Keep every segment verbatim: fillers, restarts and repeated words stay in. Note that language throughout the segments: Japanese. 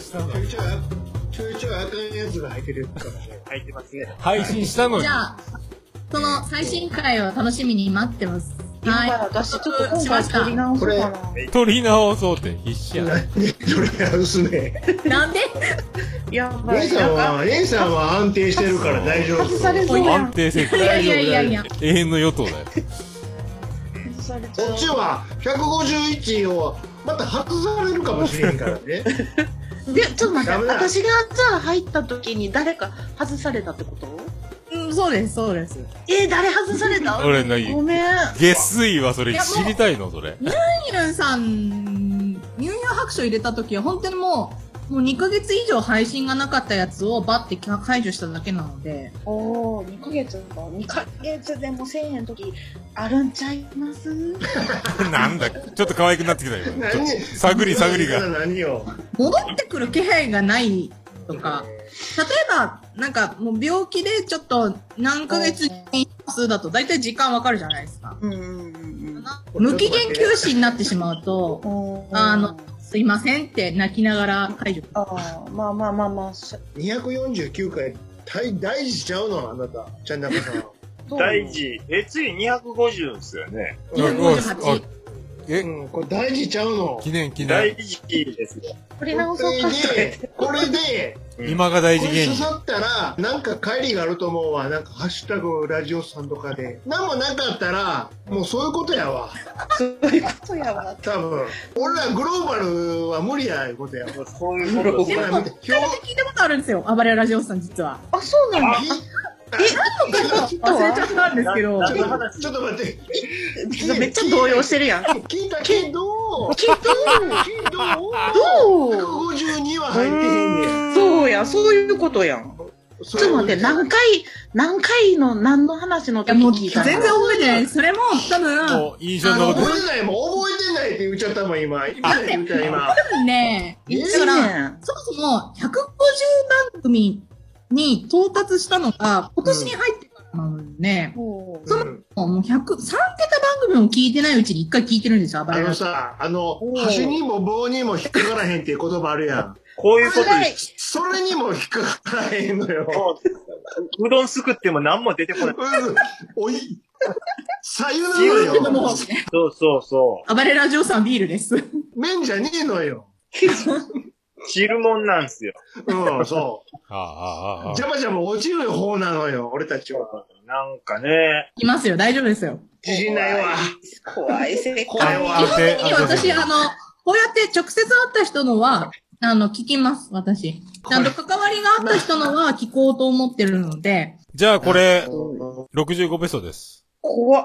したの。 ちょいちょい、ちょいちょいあかんやつが入ってるかもしれない。 入ってますね。 配信したのに。 じゃあ、その最新回を楽しみに待ってます。 はい。私ちょっと今回撮り直そうかな。 撮り直そうって必死や。 何撮り直すね。 なんで？ やばい。 A さんは、A さんは安定してるから大丈夫。 外されそうやん。 安定せず。 いやいやいやいや。 永遠の与党だよ。 こっちはひゃくごじゅういちをまた外されるかもしれんからね。 で、ちょっと待って、私がじゃあ入った時に誰か外されたってこと？ うん、そうです、そうです。 えー、誰外された？ 俺何？ ごめん。 下水はそれ知りたいのそれ。 ユンユンさん、ユンユン白書入れた時は本当にもう、もうにかげつ以上配信がなかったやつをバッて解除しただけなので。 おー、にかげつか。にかげつでもせんえんの時あるんちゃいます？ なんだ、ちょっと可愛くなってきたよ。探り探りが。 何を戻ってくる気配がないとか、例えば、なんかもう病気でちょっと何ヶ月に数だと大体時間わかるじゃないですか。 うんうんうん、 無期限休止になってしまうと、あの、すいませんって泣きながら解除。 ああ、まあまあまあまあ。 にひゃくよんじゅうきゅうかい大大事ちゃうのあなた、ちゃんなかさん。 大事。え、次にひゃくごじゅうですよね。 にひゃくごじゅうはち。 え、うん、これ大事ちゃうの。 記念記念。 大事ですよ。 これ直そうか。 これで、 今が大事芸人。 刺さったら、なんか帰りがあると思うわ。なんか、ハッシュタグラジオさんとかで。なんもなかったら、もうそういうことやわ。 そういうことやわ。 多分。俺らグローバルは無理や、いうことやわ。 そういうことでも、一回だけ聞いたことあるんですよ。暴れラジオさん実は。 あ、そうなんだ。 え、何のか忘れちゃったんですけど。 ちょっと待って、ちょっと待って。 めっちゃ動揺してるやん。 聞いたけど、 けど、 けど、 どう ?ひゃくごじゅうに は入ってへんねん。 そうや、そういうことやん。ちょっと待って、何回、何回の、何の話の時聞いたの？ 全然覚えてない。それも、多分、 もう、印象の覚えてない、もう覚えてないって言っちゃったもん、今。言ってない言った今。 多分ね、だから、そもそも、ひゃくごじゅうばんくみに到達したのが、今年に入ってからなのでね、うん、その、もうひゃく、さんけた番組も聞いてないうちにいっかい聞いてるんですよ、 あのさ、あの、端にも棒にも引っかからへんっていう言葉あるやん。 こういうことです。 それにも引っかからへんのよ。 うどんすくっても何も出てこない。 おい、左右なのよ。 そうそうそう。 暴れラジオさんビールです。 麺じゃねえのよ。 汁もんなんすよ。 うん、そう。 ああ、 ジャバジャバ落ちる方なのよ、俺たちは。 なんかね。 いますよ、大丈夫ですよ。 自信ないわ。 怖い世界。 怖いわ。 基本的に私、あの、こうやって直接会った人のは、あの、聞きます、私。ちゃんと関わりがあった人のは聞こうと思ってるので。 じゃあこれ、ろくじゅうごベストです。 怖っ。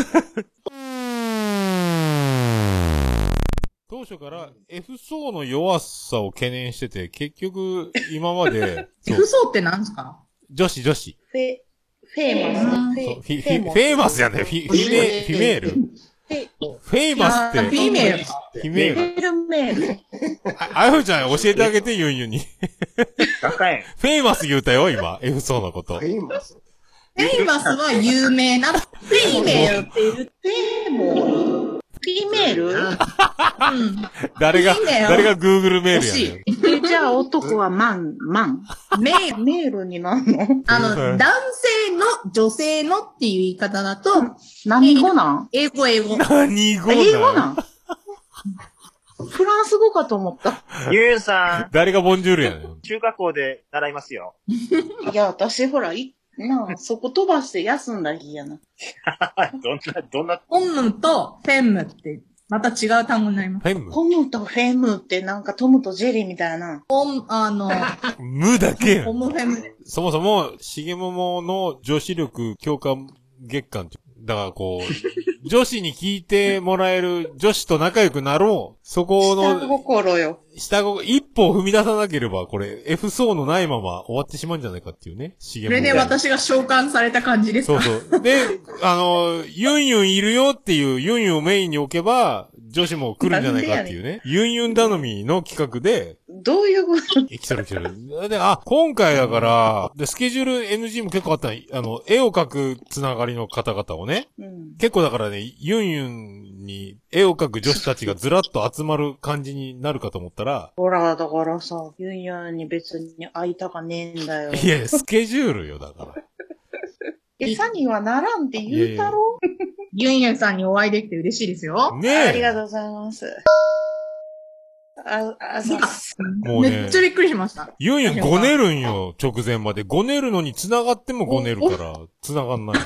当初から F 層の弱さを懸念してて、結局今まで。 F 層って何ですか？ 女子女子。 フェ、フェーマス。 フィ、フィ、フェーマスやね。フィ、フィメ、フィメール。フェイマスって。 フィメール。 フィメール。 フェルメール。 あゆちゃん教えてあげて、ユンユンに。 高い。 フェイマス言うたよ、今。F 層のこと。 フェイマスフェイマスは有名な、フェイメールっていう。 フェーモフィメール？うん。 誰が、誰が Google メールやねん。じゃあ男はマン、マン。メール、メールになんの？ あの、男性の、女性のっていう言い方だと、 何語なん？ 英語、英語。 何語なん？ 英語なん？フランス語かと思った。 ユンさん。 誰がボンジュールやねん。 中学校で習いますよ。 いや、私ほら、い、なあ、そこ飛ばして休んだ日やな。 どんな、どんな。 コムとフェムって、また違う単語になります。 フェムコムとフェムってなんかトムとジェリーみたいな。 コム、あの、 ムだけやん。 コムフェム。 そもそも、しげももの女子力強化月間って、だからこう、女子に聞いてもらえる、女子と仲良くなろう。そこの、 下心よ。 下心、一歩踏み出さなければ、これ、F 層のないまま終わってしまうんじゃないかっていうね。しげもも。 それで私が召喚された感じですか？ そうそう。で、あの、ユンユンいるよっていう、ユンユンをメインに置けば、女子も来るんじゃないかっていうね。ユンユン頼みの企画で。 どういうこと来てる来てる。で、あ、今回だから、で、スケジュール エヌジー も結構あったの。あの、絵を描くつながりの方々をね。うん、結構だからね、ユンユンに絵を描く女子たちがずらっと集まる感じになるかと思ったら。 ほら、だからさ、ユンユンに別に会いたかねえんだよ。 いやいや、スケジュールよ、だから。 餌にはならんって言うたろユンユンさんにお会いできて嬉しいですよ。 ねえ。 ありがとうございます。あ、あ、そうもうね。めっちゃびっくりしました。 ユンユンごねるんよ、直前まで。ごねるのに繋がってもごねるから、繋がんない。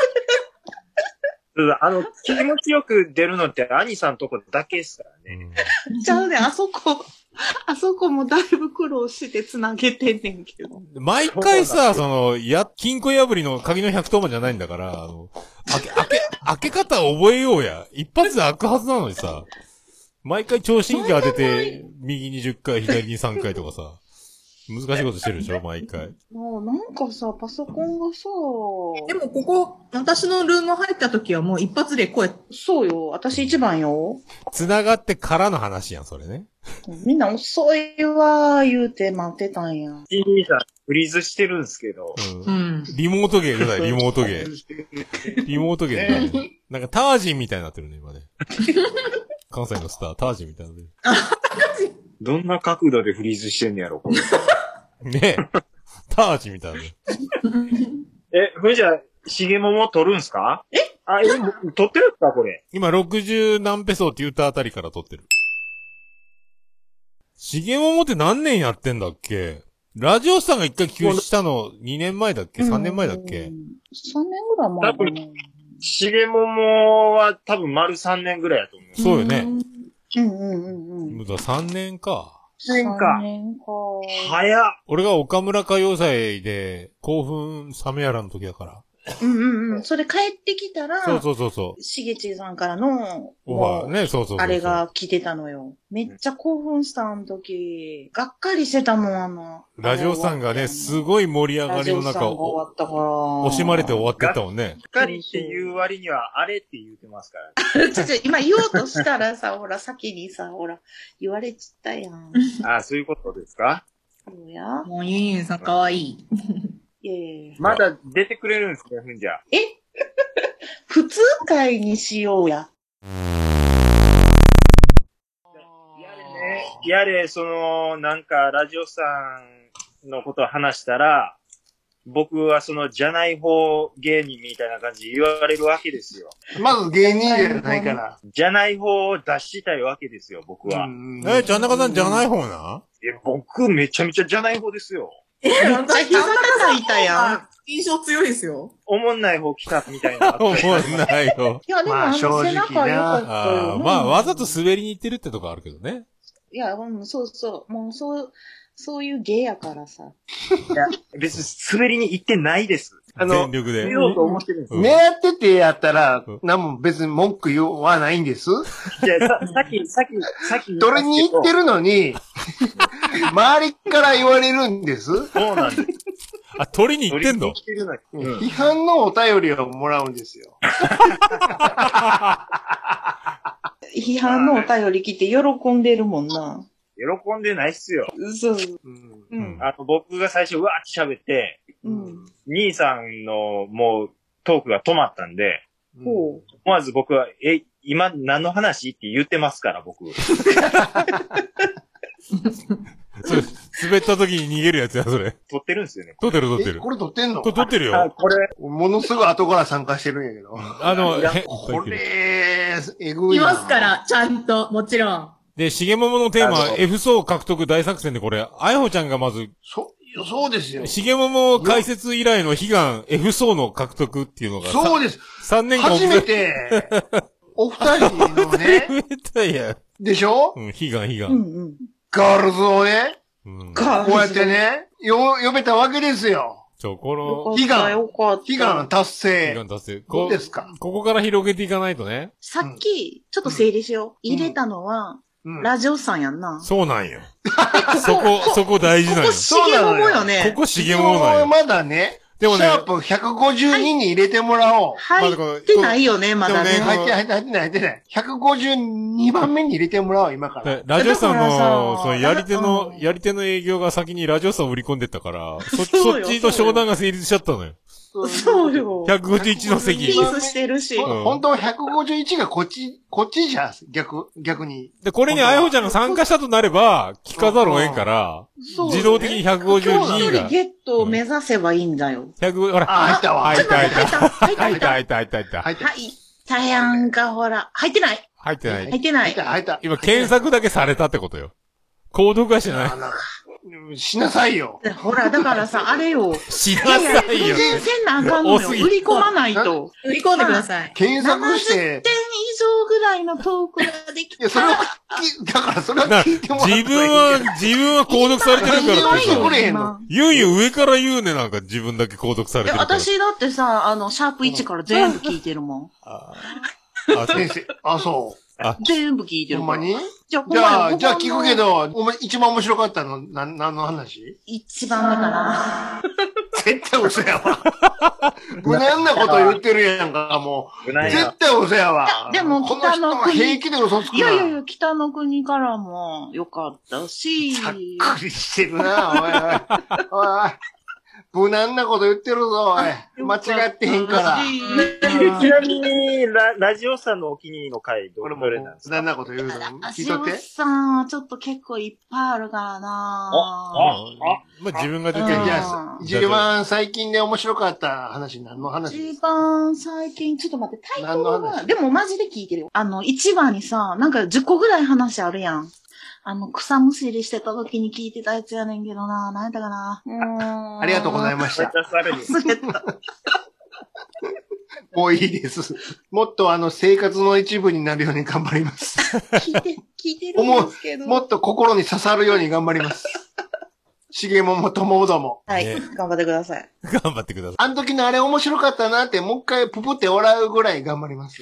あの、気持ちよく出るのって兄さんとこだけですからね。 うん、ちゃうね、あそこ。あそこもだいぶ苦労して繋げてんねんけど。 毎回さ、その、や、金庫破りの鍵の百頭間じゃないんだから、あの、開け、開け、開け方覚えようや。一発で開くはずなのにさ、毎回聴診器当てて、右にじゅっかい、左にさんかいとかさ、難しいことしてるでしょ、毎回。 もうなんかさ、パソコンがさ、 でもここ、私のルーム入った時はもう一発で声。 そうよ、私一番よ。 繋がってからの話やん、それね。 みんな遅いわー言うて待ってたんや。 ティービー さんフリーズしてるんですけど。 うん。リモートゲーじゃない、リモートゲー。リモートゲーだね。なんかタージンみたいになってるね、今ね。関西のスター、タージンみたいなので。 どんな角度でフリーズしてんねやろ、これ。 ねえ。タージンみたいなね。 え、これじゃあ、しげもも撮るんすか？えあ、え、撮ってるんすかこれ。 今、ろくじゅう何ペソって言ったあたりから撮ってる。しげももって何年やってんだっけ？ラジオスさんが一回休止したのにねんまえだっけ ?さん 年前だっけ？ さん 年ぐらい前だね。 しげももは多分丸さんねんぐらいやと思う。 そうよね。 うんうんうんうん。 さんねんか。 さんねんか。 さんねんか。 早っ。 俺が岡村歌謡祭で興奮冷めやらの時だから。 うんうんうん。それ帰ってきたら、 そうそうそうそう。 しげちさんからの、 オファーね、そうそうそう。 あれが来てたのよ。めっちゃ興奮したあの時。がっかりしてたもん、あの。 ラジオさんがね、すごい盛り上がりの中を、 終わったから。 惜しまれて終わってったもんね。 がっかりっていう割には、あれって言ってますからね。ちょちょ、今言おうとしたらさ、ほら、先にさ、ほら、言われちったやん。 ああ、そういうことですか？ そうや。 もうユンユンさんかわいい。 いやいやまだ出てくれるんですか、ふんじゃ。 え普通会にしようや。 やれね、やれ、その、なんか、ラジオさんのことを話したら、僕はその、じゃない方芸人みたいな感じで言われるわけですよ。 まず芸人じゃないから。 じゃない方を出したいわけですよ、僕は。 え、ちゃんなかさんじゃない方な？ え、僕めちゃめちゃじゃない方ですよ。 え、めっちゃ膝叩いたやん。 印象強いですよ。 おもんない方来たみたいな。 おもんないよ。 いや、でもあの背中良かったよ。 まあ、わざと滑りに行ってるってとこあるけどね。 いや、うん、そうそう。もう、そう、そういう芸やからさ。 いや、別に滑りに行ってないです。 あの、全力で。 言おうと思ってるんです。 狙っててやったら、何も別に文句言わないんです。 いや、さ、さっき、さっき、さっき。 取りに行ってるのに、周りから言われるんです。 そうなんです。 あ、取りに行ってんの？ うん、批判のお便りをもらうんですよ。 批判のお便り来て喜んでるもんな。 喜んでないっすよ。 そう。 うん。あの、僕が最初、うわーって喋って、うん。兄さんの、もう、トークが止まったんで、うん、思わず僕は、え、今何の話って言ってますから、僕。 それ、滑った時に逃げるやつや、それ。 撮ってるんですよね。 撮ってる撮ってる。 これ撮ってんの？ これ撮ってるよ。あ、 これ、ものすごい後から参加してるんやけど。 あの、 これ、えぐいな。いますから、ちゃんと、もちろん。 で、しげもものテーマ、F 層獲得大作戦でこれ、あやほちゃんがまず、 そ、そうですよ。 しげもも解説以来の悲願、F 層の獲得っていうのが。 そうです。 さんねんかん。 初めて、お二人のね。 初めてや。 でしょ？ うん、悲願、悲願。 うんうん。 ガールズをね、 うん、 こうやってね、よ、呼べたわけですよ。 ちょ、この、 悲願、悲願達成。 悲願達成。 どうですか？ ここから広げていかないとね。 さっき、ちょっと整理しよう。うん、入れたのは、うん、ラジオさんやんな。 そうなんよ。そこ、そこ大事なんよ。 ここしげももよね。 ここしげももなんよ。 まだね、 でもね。 シャープひゃくごじゅうにに入れてもらおう。 入ってないよね、まだね。 入ってない、入ってない、入ってない。ひゃくごじゅうにばんめに入れてもらおう、今から。 ラジオさんの、そのやり手の、やり手の営業が先にラジオさんを売り込んでったから、そ、そっちと商談が成立しちゃったのよ。 そうよ。 ひゃくごじゅういちの席。 ピースしてるし。 本当はひゃくごじゅういちがこっち、こっちじゃ、逆、逆に。 で、これにあやほちゃんが参加したとなれば、聞かざるを得んから、自動的にひゃくごじゅうにが。 一人ゲットを目指せばいいんだよ。 ひゃく、ほら。 あ、入ったわ。 入った、入った。 入った、 入った、入った、入った。 入った。 入ったやんか、ほら。入ってない。 入ってない。 入ってない。 入った、入った。 今、検索だけされたってことよ。購読はしてない。 しなさいよ。 ほら、だからさ、あれよ。 しなさいよ。 全然せんなあかんのよ。売り込まないと。 売り込んでください。 検索して。 ななじゅってん以上ぐらいのトークができた。 いや、それは、だからそれは聞いてもらって。 自分は、自分は購読されてるからってさ。ゆうゆう上から言うね、なんか自分だけ購読されてるから。 私だってさ、あの、シャープいちから全部聞いてるもん。 あ、先生。あ、そう。 あ、全部聞いてる。 ほんまにじゃあ、 じゃあ、じゃあ聞くけど、お前一番面白かったの、な、何の話一番だから。 絶対嘘やわ。無難なこと言ってるやんか、もう。絶対嘘やわ。 でも、北の国。 平気で嘘つくな。 いやいやいや、北の国からも良かったし。 ざっくりしてるな、おいおい。おい。無難なこと言ってるぞ、おい。間違ってへんから。 ちなみに、ラ、ラジオさんのお気に入りの回、どれなんですか？ 無難なこと言うの聞いとって。 ラジオさんはちょっと結構いっぱいあるからなぁ。 あ、あ、まあ、自分が出てる。 じゃあ、一番最近で面白かった話、何の話ですか？ 一番最近、ちょっと待って、タイトルが、でもマジで聞いてるよ。あの、一話にさ、なんかじゅっこぐらい話あるやん。あの、草むしりしてた時に聞いてたやつやねんけどな。何やったかな。うーん。 ありがとうございました。 忘れた。 もういいです。もっとあの、生活の一部になるように頑張ります。 聞いて、聞いてるんですけど。 もっと心に刺さるように頑張ります。しげももともども。 はい、ね、頑張ってください。 頑張ってください。 あの時のあれ面白かったなって、もう一回ププって笑うぐらい頑張ります。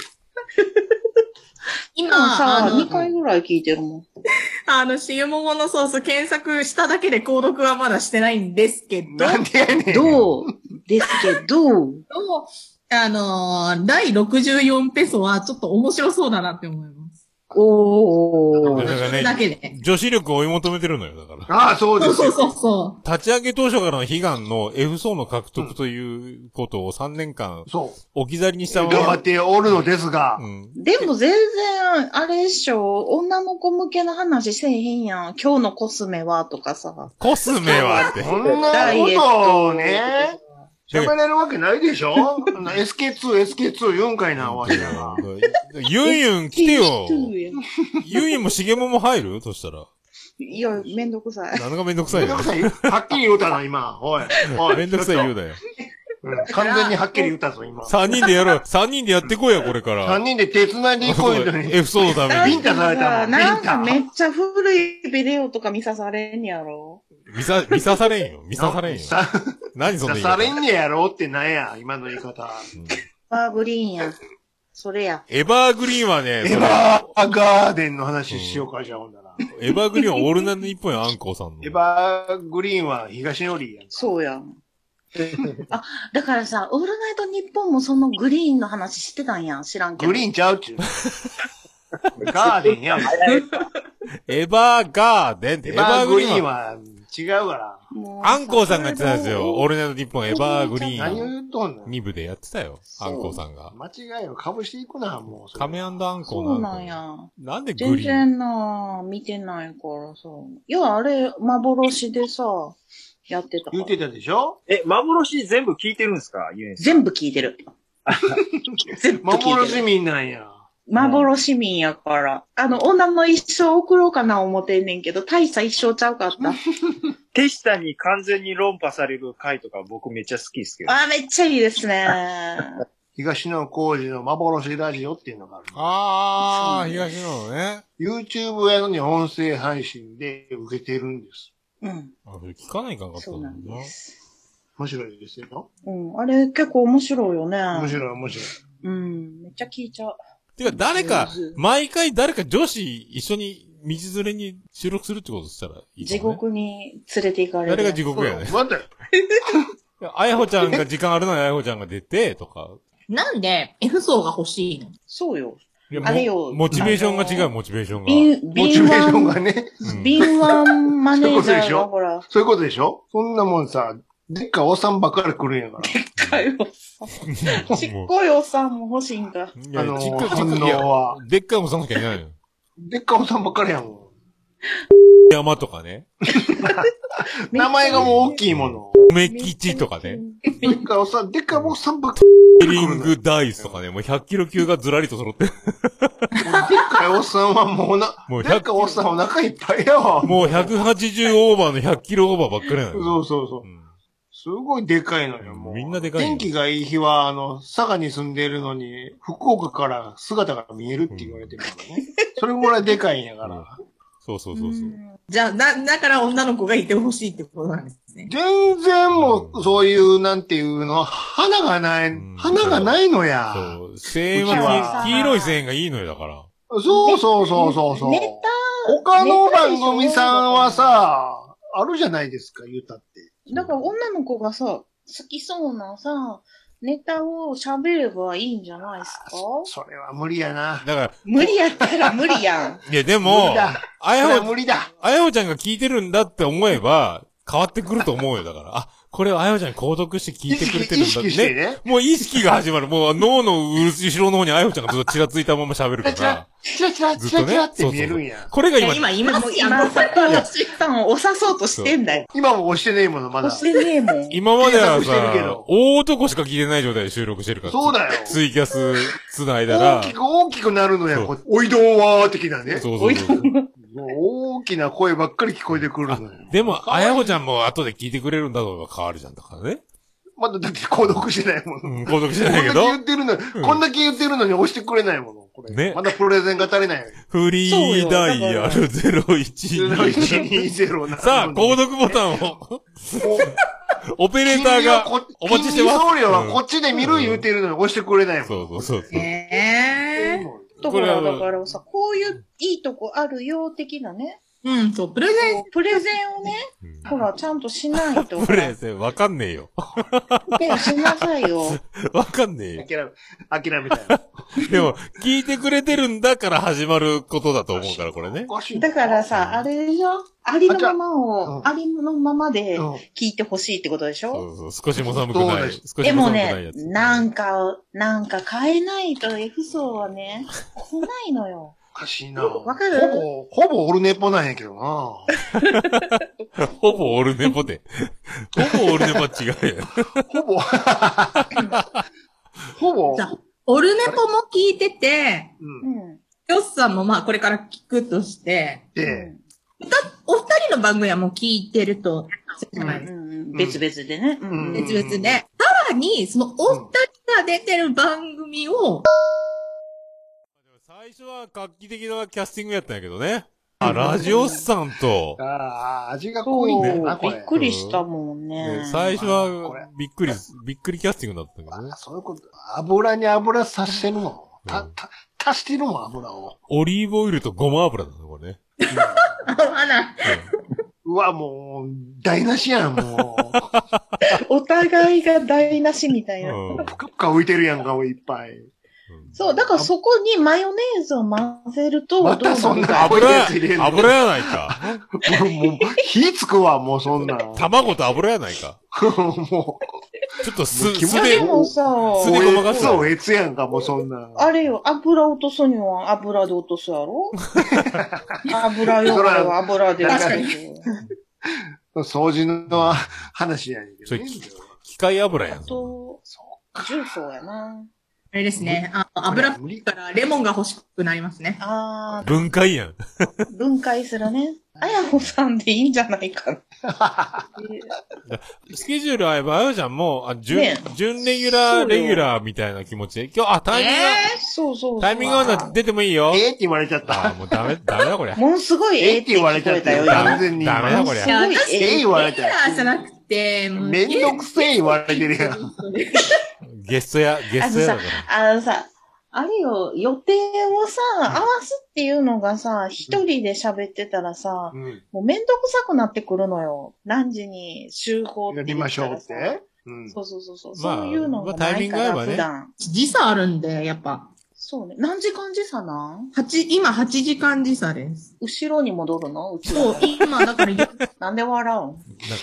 今さ、にかいぐらい聞いてるもん。 あの、しげもものソース検索しただけで購読はまだしてないんですけど。 なんでやねん。 どうですけど。 あのー、だいろくじゅうよんペソはちょっと面白そうだなって思います。 おー。 だからね、 だけで。 女子力を追い求めてるのよ、だから。 ああ、そうです。 そうそうそう。 立ち上げ当初からの悲願の F 層の獲得ということをさんねんかん、そう。置き去りにしたまま。 頑張っておるのですが。 うん、でも全然、あれっしょ、女の子向けの話せえへんやん。今日のコスメはとかさ。 コスメはって。 そんなことをね。喋れるわけないでしょエスケーツー、エスケーツー 言うんかいな、わしら。 ユンユン来てよ。ユンユンもしげもも入るとしたら。 いや、めんどくさい。 何がめんどくさいの？ めんどくさい。はっきり言うたな、今。おい。おい。 めんどくさい言うだよ。 うん、完全にはっきり言うたぞ、今。 三人でやろう。三人でやってこいや、これから。 三人で手繋いでいこうよね。 F 層のために。ビンタされたもん。 なんかめっちゃ古いビデオとか見さされんやろ。 見さ、見さされんよ。見さされんよ。何そんな言い方。 見さされんねやろってなんや、今の言い方。 エバーグリーンや。それや。 エバーグリーンはね、 エバーガーデンの話しようか、じゃあほんなら。 エバーグリーンはオールナイトニッポンや、アンコウさんの。 エバーグリーンは東のりやん。 そうやん。あ、だからさ、オールナイトニッポンもそのグリーンの話知ってたんや。知らんけど。 グリーンちゃうっちゅう。ガーデンやん。 エバーガーデンって。 エバーグリーンは違うから。 アンコウさんがやってたんですよ。オールナイトニッポンエバーグリーン。 何を言っとんの？ に部でやってたよ。アンコウさんが。 間違いをかぶしていくな、もう。 カメアンコウそうなんや。 なんでグリーン？ 全然な見てないからさ。いや、あれ、幻でさ、やってた。 言ってたでしょ？ え、幻全部聞いてるんですか？ 全部聞いてる。 全部聞いてる。幻民なんや。 幻民やから。あの、女の一生送ろうかな思ってんねんけど、大差一生ちゃうかった。 手下に完全に論破される回とか僕めっちゃ好きですけど。 あ、めっちゃいいですね。 東野幸治の幻ラジオっていうのがある。 あー、東野のね。 YouTube やのに音声配信で受けてるんです。 うん。 あ、それ聞かないかんかったんだ。 そうなんです。 面白いですよ。 うん。あれ結構面白いよね。 面白い面白い。 うん。めっちゃ聞いちゃう。 てか、誰か、毎回誰か女子一緒に道連れに収録するってことしたらいいかもね。 地獄に連れて行かれる。 誰が地獄やね。 待って。 あやほちゃんが時間あるのにあやほちゃんが出て、とか。 なんで F 層が欲しいの？ そうよ。 いやあれよ。 モチベーションが違う、モチベーションが。 ビン、 モチベーションがね。 敏腕マネージャーがほら。 そういうことでしょ？そんなもんさ、でっかいおっさんばっかり来るんやから。 でっかいおっさん。ちっこいおっさんも欲しいんか。 いや、 あのーちっこい、ちっこい反応はでっかいおっさんしかいないのよ。 でっかいおっさんばっかりやもん。 山とかね。 名前がもう大きいもの。 梅吉とかね。 でっかいおっさん、でっかいおっさんばっかエリングダイスとかね。もうひゃっキロ級がずらりと揃ってる。 り。でっかいおっさんはもうな、 もうでっかいおっさんお腹いっぱいやわ。 もうひゃくはちじゅうオーバーのひゃっキロオーバーばっかりなのよ。 そうそうそう。 うんすごいでかいのよ、もう。 みんなでかいよ天気がいい日は、あの、佐賀に住んでいるのに、福岡から姿が見えるって言われてるからね。それぐらいでかいんやから。 そうそうそうそう。 じゃあ、だ、だから女の子がいてほしいってことなんですね。 全然もう、そういう、なんていうのは、花がない、 ん花がないのや。 そう。声援うちははき黄色い声援がいいのよ、だから。 そうそうそうそうそう。 ネタ、 他の番組さんはさ、あるじゃないですか、言うたって。 だから女の子がさ、好きそうなさ、ネタを喋ればいいんじゃないですか？ それは無理やな。 だから、 無理やったら無理やん。 いやで無も理、だ。 あやほ、 それは無理だ。 あやほちゃんが聞いてるんだって思えば、変わってくると思うよ、だから。あ、これをあやほちゃんに購読して聞いてくれてるんだ意識してね。 もう意識が始まる。もう脳の後ろの方にあやほちゃんがずっとちらついたまま喋るかチラら。 チラチラチラチラって見えるんや。 これが今、 今、今、 もう今さ、こうさんを押さそうとしてんだよ。 今も押してねえもの、まだ。 押してねえもん。 今までは検索してるけさど、 大男しか聞いてない状態で収録してるから。 そうだよ。 ツイキャス繋いだら。 大きく大きくなるのや、 そうこうおいどんわー的なね。 そうそうそう。 大きな声ばっかり聞こえてくるのよ。 でも、あやほちゃんも後で聞いてくれるんだろうが変わるじゃんだからね。 まだだって購読してないもの。 うん、購読してないけこんだけど。 言ってるのに、 うんこんだけ言ってるのに押してくれないもの。これ。 ねまだプレゼンが足りない。 フリーダイヤルゼロいちに。 ゼロいちにゼロな。 さあ、購読ボタンを、オペレーターがお待ちしてます。 金利送料はこっちで見る言うてるのに押してくれないもん。 そうそうそうそう。 ええだから、だからさ、こういういいとこあるよ、的なね。 うん、そう、プレゼン、 プレゼンをね、ほら、ちゃんとしないと。 プレゼン、わかんねえよ。 プレゼンしなさいよ。 わかんねえよ。 諦め、諦めたよ。 でも、聞いてくれてるんだから始まることだと思うから、これね。 おかしいだからさ、あれでしょありのままあを、 じゃありのままでうん聞いてほしいってことでしょそうそう、少しも寒くない。 そうです少しでもも寒くないやねつ。、 なんか、なんか変えないと F 層はね、来ないのよ。 おかしいな。 わかるほぼ、ほぼオルネポなんやけどな。 ほぼオルネポで。ほぼオルネポは違うよ。 ほぼ、ほぼ、 じゃあオルネポも聞いてて、 うん。 うん。 ヨッさんもまあこれから聞くとして、 で、 お二人の番組はもう聞いてると、 うんうん、別々でね。うんうん別々で、さらに、そのお二人が出てる番組を、 最初は画期的なキャスティングやったんやけどね。あ、ラジオスさんと、 ああ、味がそう濃いんだよな、これ。 びっくりしたもんねね。最初これはびっくり、びっくりキャスティングだったんだけどねあ。そういうこと。油に油さしてるもん。た、た、足してるもん、油を。 オリーブオイルとごま油だね、これね。 あら、 うわ、もう、台無しやん、もう。 お互いが台無しみたいな。 うんぷかぷか浮いてるやんか、いっぱい。 そう、だからそこにマヨネーズを混ぜると、 またそんなどうるかこういうやつ入れん油、 の油やないか。 もう、もう火つくわ、もうそんなん。 卵と油やないか。 もちょっとす、 もう気持ちすでいやで、もさ、 う、 すでごまかすそう、えつやんか、もうそんなん。 あれよ、油落とすには油で落とすやろ油汚れは油で落とす。 掃除の話やねんけどね。 機械油やん。 と、重曹やな。 あれですね。あ油っぽいからレモンが欲しくなりますね。 あ分解やん。 ー、分解するね。あやほさんでいいんじゃないかな。 スケジュール合えば、あやちゃんも、あ、準、 ね準レギュラー、 そうよレギュラーみたいな気持ちで、今日、あ、タイミングが、 そうそうそう。 タイミング合うなら出てもいいよ。 ええって言われちゃっあ、 た。 もうダメ、ダメだこりゃ。 ものすごいええって言われちゃったよ、 ダメ完全に。 ダメだこりゃい。や、 すごい私、 ええ言われたよレギュラーじゃなくて、もうめんどくせえ言われてるやん。 ゲストや、ゲあのさストやだから。、 あのさ、あれよ、予定をさ、合わすっていうのがさ、一人で喋ってたらさ、 うん。 もうめんどくさくなってくるのよ。何時に集合ってや言ったらさ。 りましょうってうん。 そうそうそうそう。 まあそういうのがないから、 まあタイミング合えばね普段。 時差あるんで、やっぱ。 そうね。何時間時差なん ?はち、今はちじかん時差です。 後ろに戻るのうちそう、今、だから、 なんで笑うん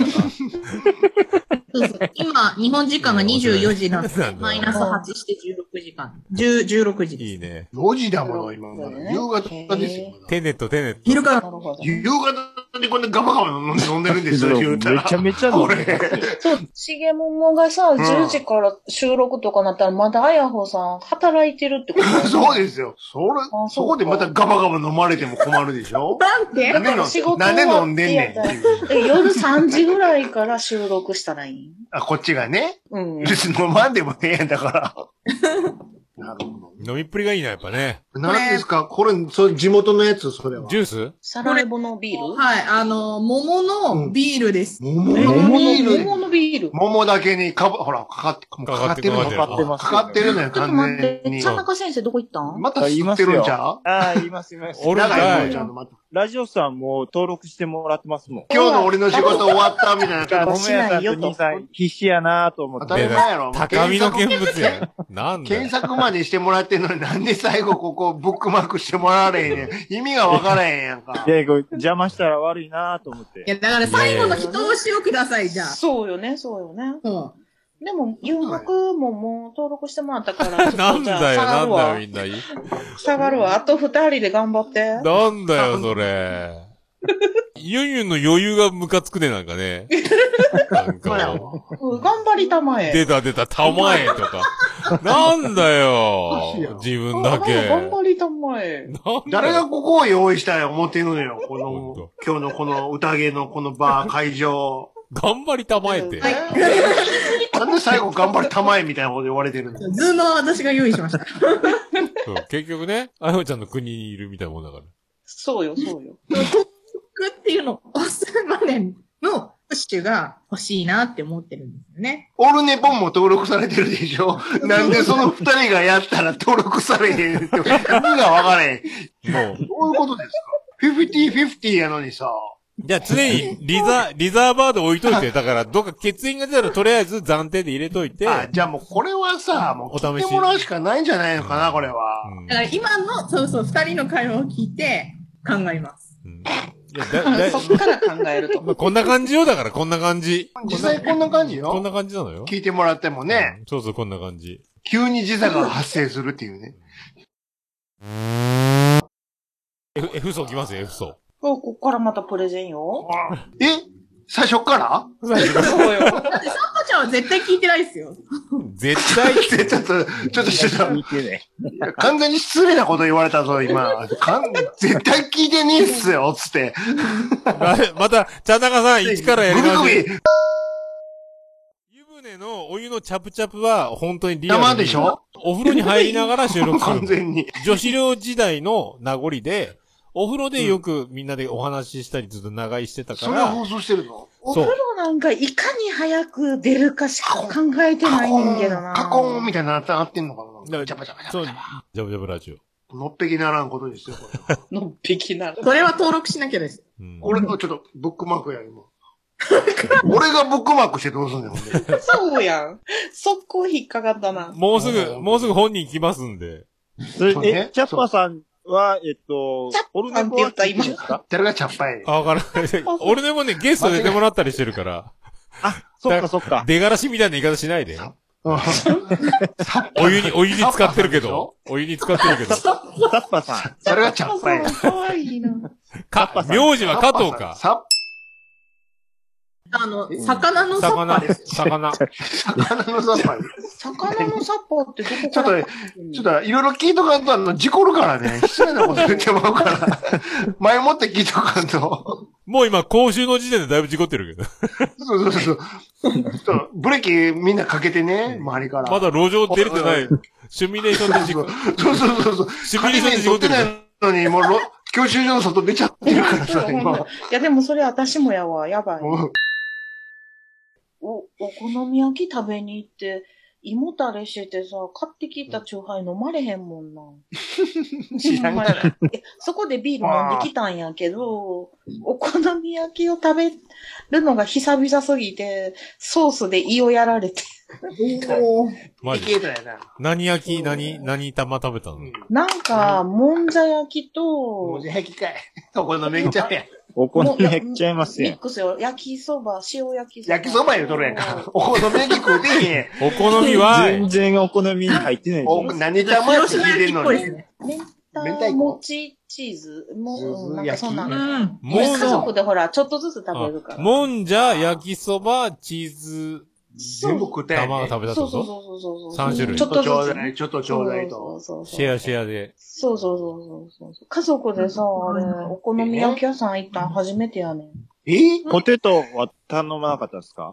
そうそう。今、日本時間がにじゅうよじなんで、マイナスはちしてじゅうろくじかん。じゅう、じゅうろくじです。 いいね。 よじだもの、今まだ。夕方ですよ。 テネット、テネット。 昼から。 夕方にこんなガバガバ飲んで飲んでるんですよ、言うたら。 めちゃめちゃ飲んでる。 そう、しげももがさ、じゅうじから収録とかなったら、まだあやほさん、働いてるってことそうですよ。それ、そこでまたガバガバ飲まれても困るでしょなんでだから仕事なんで飲んでんねんっていう。 夜さんじぐらいから収録したらいいあ、こっちがね。 うん。 別に飲まんでもええんだから。なるほど。 飲みっぷりがいいな、やっぱね。 何ですかこれ、それ地元のやつ、それは。 ジュースサラエボのビールはい、あの、桃のビールです。 桃のビール桃のビール。 桃だけにかぶ、ほら、かかって、もうかかってるのかかってますかかってるのよ、完全に。 田中先生どこ行ったんまた吸ってるんちゃうああ、言います、言います。 おるかい。 ラジオさんも登録してもらってますもん。 今日の俺の仕事終わったみたいな。 ごめんなさい、兄さん必死やなと思って。 当たり前やろ。 高みの見物や。なんだ検索までしてもらってんのになんで最後ここブックマークしてもらわれへんねん。意味がわからへんやんか。 いや、これ邪魔したら悪いなと思って。 いや、だから最後の一押しをください、じゃあ。 そうよね、そうよね。 うん。 でも、誘惑ももう登録してもらったから。 なんだよ、なんだよ、みんな。 下がるわ。あと二人で頑張って。 なんだよ、それ。ユンユンの余裕がムカつくね、なんかね。なんかもう。頑張りたまえ。 出た出た、たまえとか。なんだよ。自分だけ。 頑張りたまえ。 誰がここを用意したい思ってるのよ。この、今日のこの宴のこのバー会場。 頑張りたまえって。 なんで最後頑張りたまえみたいなこと言われてるの？ ズームは私が用意しました。 そう結局ね、あやちゃんの国にいるみたいなもんだから。 そうよ、そうよ。 っていうのを押すまでのプッシュが欲しいなって思ってるんですよね。 オルネポンも登録されてるでしょなんでその二人がやったら登録されへんって意味が分からへん。もう。どういうことですかフィフティーフィフティーやのにさ。 じゃあ常にリザ、リザーバード置いといて、だからどっか欠員が出たらとりあえず暫定で入れといて。 あ、じゃあもうこれはさ、もう聞いてもらうしかないんじゃないのかな、これは。 うん、だから今の、そうそう、二人の会話を聞いて考えます。うんいやだだそっから考えると。 まあ、こんな感じよ、だからこんな感じ。 実際こんな感じよ。 こんな感じなのよ。 聞いてもらってもね。 うん、そうそう、こんな感じ。 急に時差が発生するっていうね。 F、F 層来ますよ、F 層。 ここからまたプレゼンよ。 え最初からそうよ。 だって、サンパちゃんは絶対聞いてないっすよ。 絶対ちょっと、ちょっと、ちょっと、ちょっと、完全に失礼なこと言われたぞ、今。かん絶対聞いてねえっすよ、つって。 また、茶中さん、一からやり直し。 グビグビ湯船のお湯のチャプチャプは、本当にリアルに。 生でしょお風呂に入りながら収録する。 完全に。 女子寮時代の名残で、お風呂でよくみんなでお話ししたりずっと長居してたから。 それは放送してるの？ お風呂なんかいかに早く出るかしか考えてないんだけどな。 カコーンみたいなのなってんのかな？ ジャバジャバジャバ。そう、ジャバジャバラジオ。 のっぺきならんことですよ、これ。 のっぺきならん。 それは登録しなきゃです。 うん、俺のちょっとブックマークや、今。俺がブックマークしてどうすんねん、ほんで。 そうやん。速攻引っかかったな。 もうすぐ、もうすぐ本人来ますんで。 それ、え、チャッパさん、は、えっと、 オルネポは聞いてるんですか？ 誰がチャッパイ？ あ、わからない。オルネポね、ゲスト出てもらったりしてるから。 あ、そっかそっか。 出がらしみたいな言い方しないで。お湯に、お湯に使ってるけど。お湯に使ってるけど。 サッパさん。 それがチャッパイ。 かわいいな。 か、名字は加藤か。 あの、魚のサッパです。 魚。 魚のサッパ。 魚のサッパってどこちょっと、ちょっと、いろいろ聞いとかんと、あの、事故るからね。失礼なこと言ってもらうから。前もって聞いとかんと。 もう今、講習の時点でだいぶ事故ってるけど。 そうそうそう。ブレーキみんなかけてね、周りから。 まだ路上出れてない。シミュレーションで事故。 そうそうそうそう。 シミュレーションで事故ってる。 のに、もう、教習所の外出ちゃってるからさ、今。 いや、でもそれ私もやわ。やばい。お、お好み焼き食べに行って、 胃もたれしてさ、買ってきたチューハイ飲まれへんもんな。 知らんから。 そこでビール飲んできたんやけど、お好み焼きを食べるのが久々すぎて、ソースで胃をやられて。 おー。 マジいけたやな。 何焼き、何、何玉食べたの、うん、 なんか、もんじゃ焼きと、 もんじゃ焼きかい。お好み焼きちゃうやん。 お好み焼きちゃいますやん。 ミックスよ。焼きそば、塩焼きそば。 焼きそば言うとるやんか。お好み焼き食うてへん。 お好みは全然お好みに入ってないじゃん。 何玉やって聞いてんのに。 明太もちチーズも、なんかそんなの。うん。 もん家族でほら、ちょっとずつ食べるから。 もんじゃ、焼きそば、チーズ、 全部食ったやん。 玉が食べたってことそうそうそうそう。 三種類。 ちょっとちょうだい、ちょっとちょうだいと。 シェアシェアで。 そうそうそうそう。家族でさ、あれ、お好み焼き屋さん行ったん初めてやねん。 えポテトは頼まなかったですか？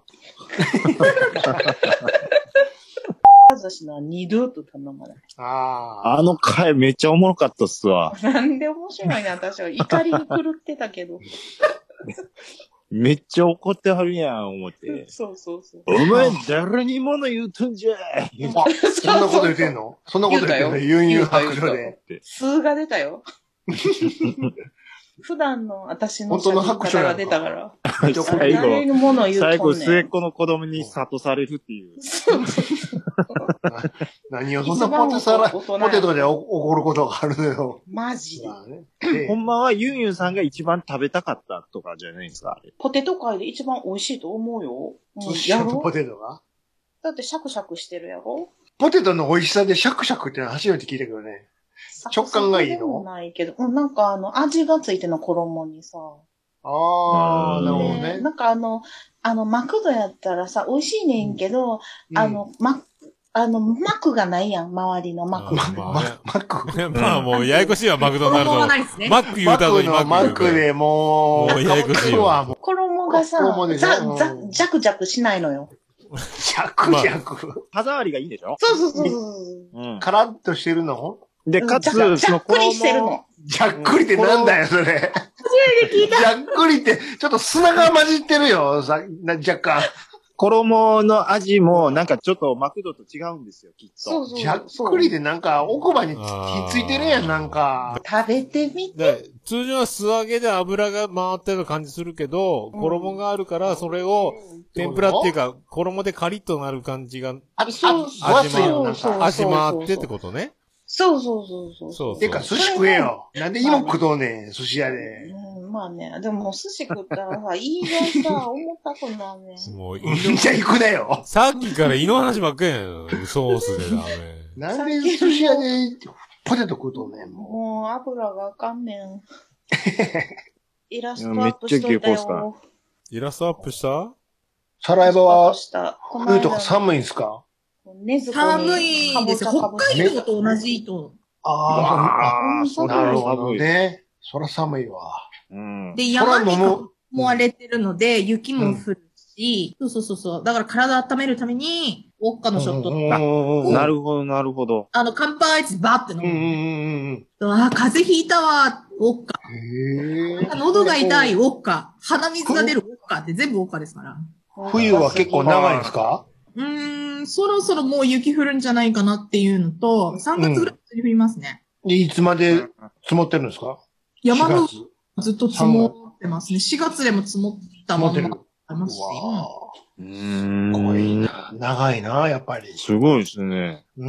私の二度と頼まない。 ああ。 あの回めっちゃおもろかったっすわ。 なんで面白いな、私は。怒りに狂ってたけど。 めっちゃ怒ってはるやん、思って。 そうそうそう。 お前、誰に物言うとんじゃい。 そんなこと言ってんの？そんなこと言ってんの？ユンユン白書で。 数が出たよ。普段の私の喋り方が出たから。 最後、最後、末っ子の子供に諭されるっていう。 何をそんなポテサラ、ポテトで怒ることがあるのよ。 マジで。ほんまはユンユンさんが一番食べたかったとかじゃないですか？ ポテト界で一番美味しいと思うよ。 寿司屋とポテトが？ だってシャクシャクしてるやろ？ ポテトの美味しさでシャクシャクってのは初めて聞いたけどね。食感がいいの？ ないけど、なんかあの、味がついての衣にさ。 ああ、なるほどね。 なんかあの、あの、マクドやったらさ、美味しいねんけど、あの、マあの、マクがないやん、周りのマク。 マクまあもう、ややこしいわ、マクドナルド。マック言うたのにマック。 マックでもう、 もうややこしいわ。 衣がさ、ザ、ザ、ジャクジャクしないのよ。 ジャクジャク。 歯触りがいいでしょ？ そうそうそうそう。 カラッとしてるの？ で、かつ、 じゃっくりしてるの。 じゃっくりってなんだよ、それ。初めて聞いた。 じゃっくりって、ちょっと砂が混じってるよ、さ、若干。 衣の味も、なんかちょっとマクドと違うんですよ、きっと。 そうそう。 じゃっくりでなんか、奥歯にひっついてるやん、なんか。 食べてみて。 通常は素揚げで油が回ってる感じするけど、うん、衣があるから、それを、天ぷらっていうか、衣でカリッとなる感じが、 あ、そう味回味回ってってことね。 そうそうそうそう。 そうそう。 てか、寿司食えよ。なんで今食うとうねん、寿司屋で。 うん、まあね。でも、寿司食ったらさ、胃がさ、重たくなるね。 もう、 胃じゃ行くなよ。 さっきから胃の話ばっかりやん。ソースでダメ。なんで寿司屋でポテト食うとうねん、 もう。もう、油があかんねん。イラストアップしといたよ。 イラストアップした？ サラエバは、冬とか寒いんすか？ 寒いです。北海道と同じと。 ああ、そうなるほどね。そら寒いわ。 うん、で、山に囲まれてるので、雪も降るし、うん、そうそうそう。だから体温めるために、ウォッカのショットとか。 なるほど、なるほど。 あの、乾杯ってバーって飲む。うんうんうん、ああ、風邪ひいたわ、ウォッカ。へー。喉が痛い、ウォッカ。鼻水が出る、ウォッカって全部ウォッカですから。 冬は結構長いんですか？ うーん、そろそろもう雪降るんじゃないかなっていうのと、さんがつぐらいに降りますね。 うん、いつまで積もってるんですか？ 山のずっと積もってますね。しがつでも積もったままありますし。 うーん。 すごいな。長いな、やっぱり。 すごいですね。 うん。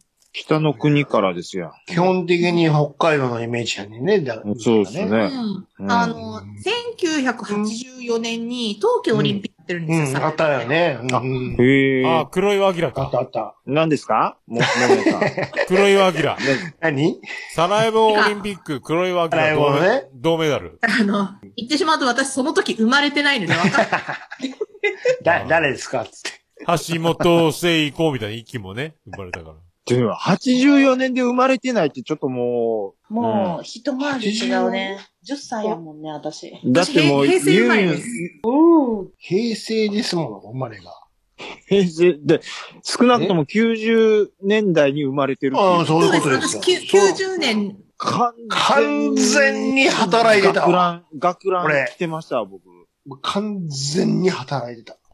北の国からですよ。 基本的に北海道のイメージやねんね。だそうですね。 うん、あの、せんきゅうひゃくはちじゅうよねんに東京オリンピックやってるんですよ。 うんうん、あったよね。 あ、へえ。あ、黒岩明か。 あったあった。 何ですか？もう、 黒岩明。 何？ サラエボオリンピック、黒岩明銅メ、ね、銅メダル。 あの、言ってしまうと私その時生まれてないので分かった。 だ、誰ですかつって。 橋本聖子みたいな一気もね、生まれたから。 はちじゅうよねんで生まれてないってちょっともう。もう、一回り違うね。じゅっさいやもんね、私。 だってもう、 平成生まれです。 平成ですもん、生まれが。 平成、で、少なくともきゅうじゅうねんだいに生まれてる。 ああ、そういうことですよ。 きゅうじゅうねん。 完全に働いてた。 学ラン、学ラン来てました、僕。 完全に働いてた。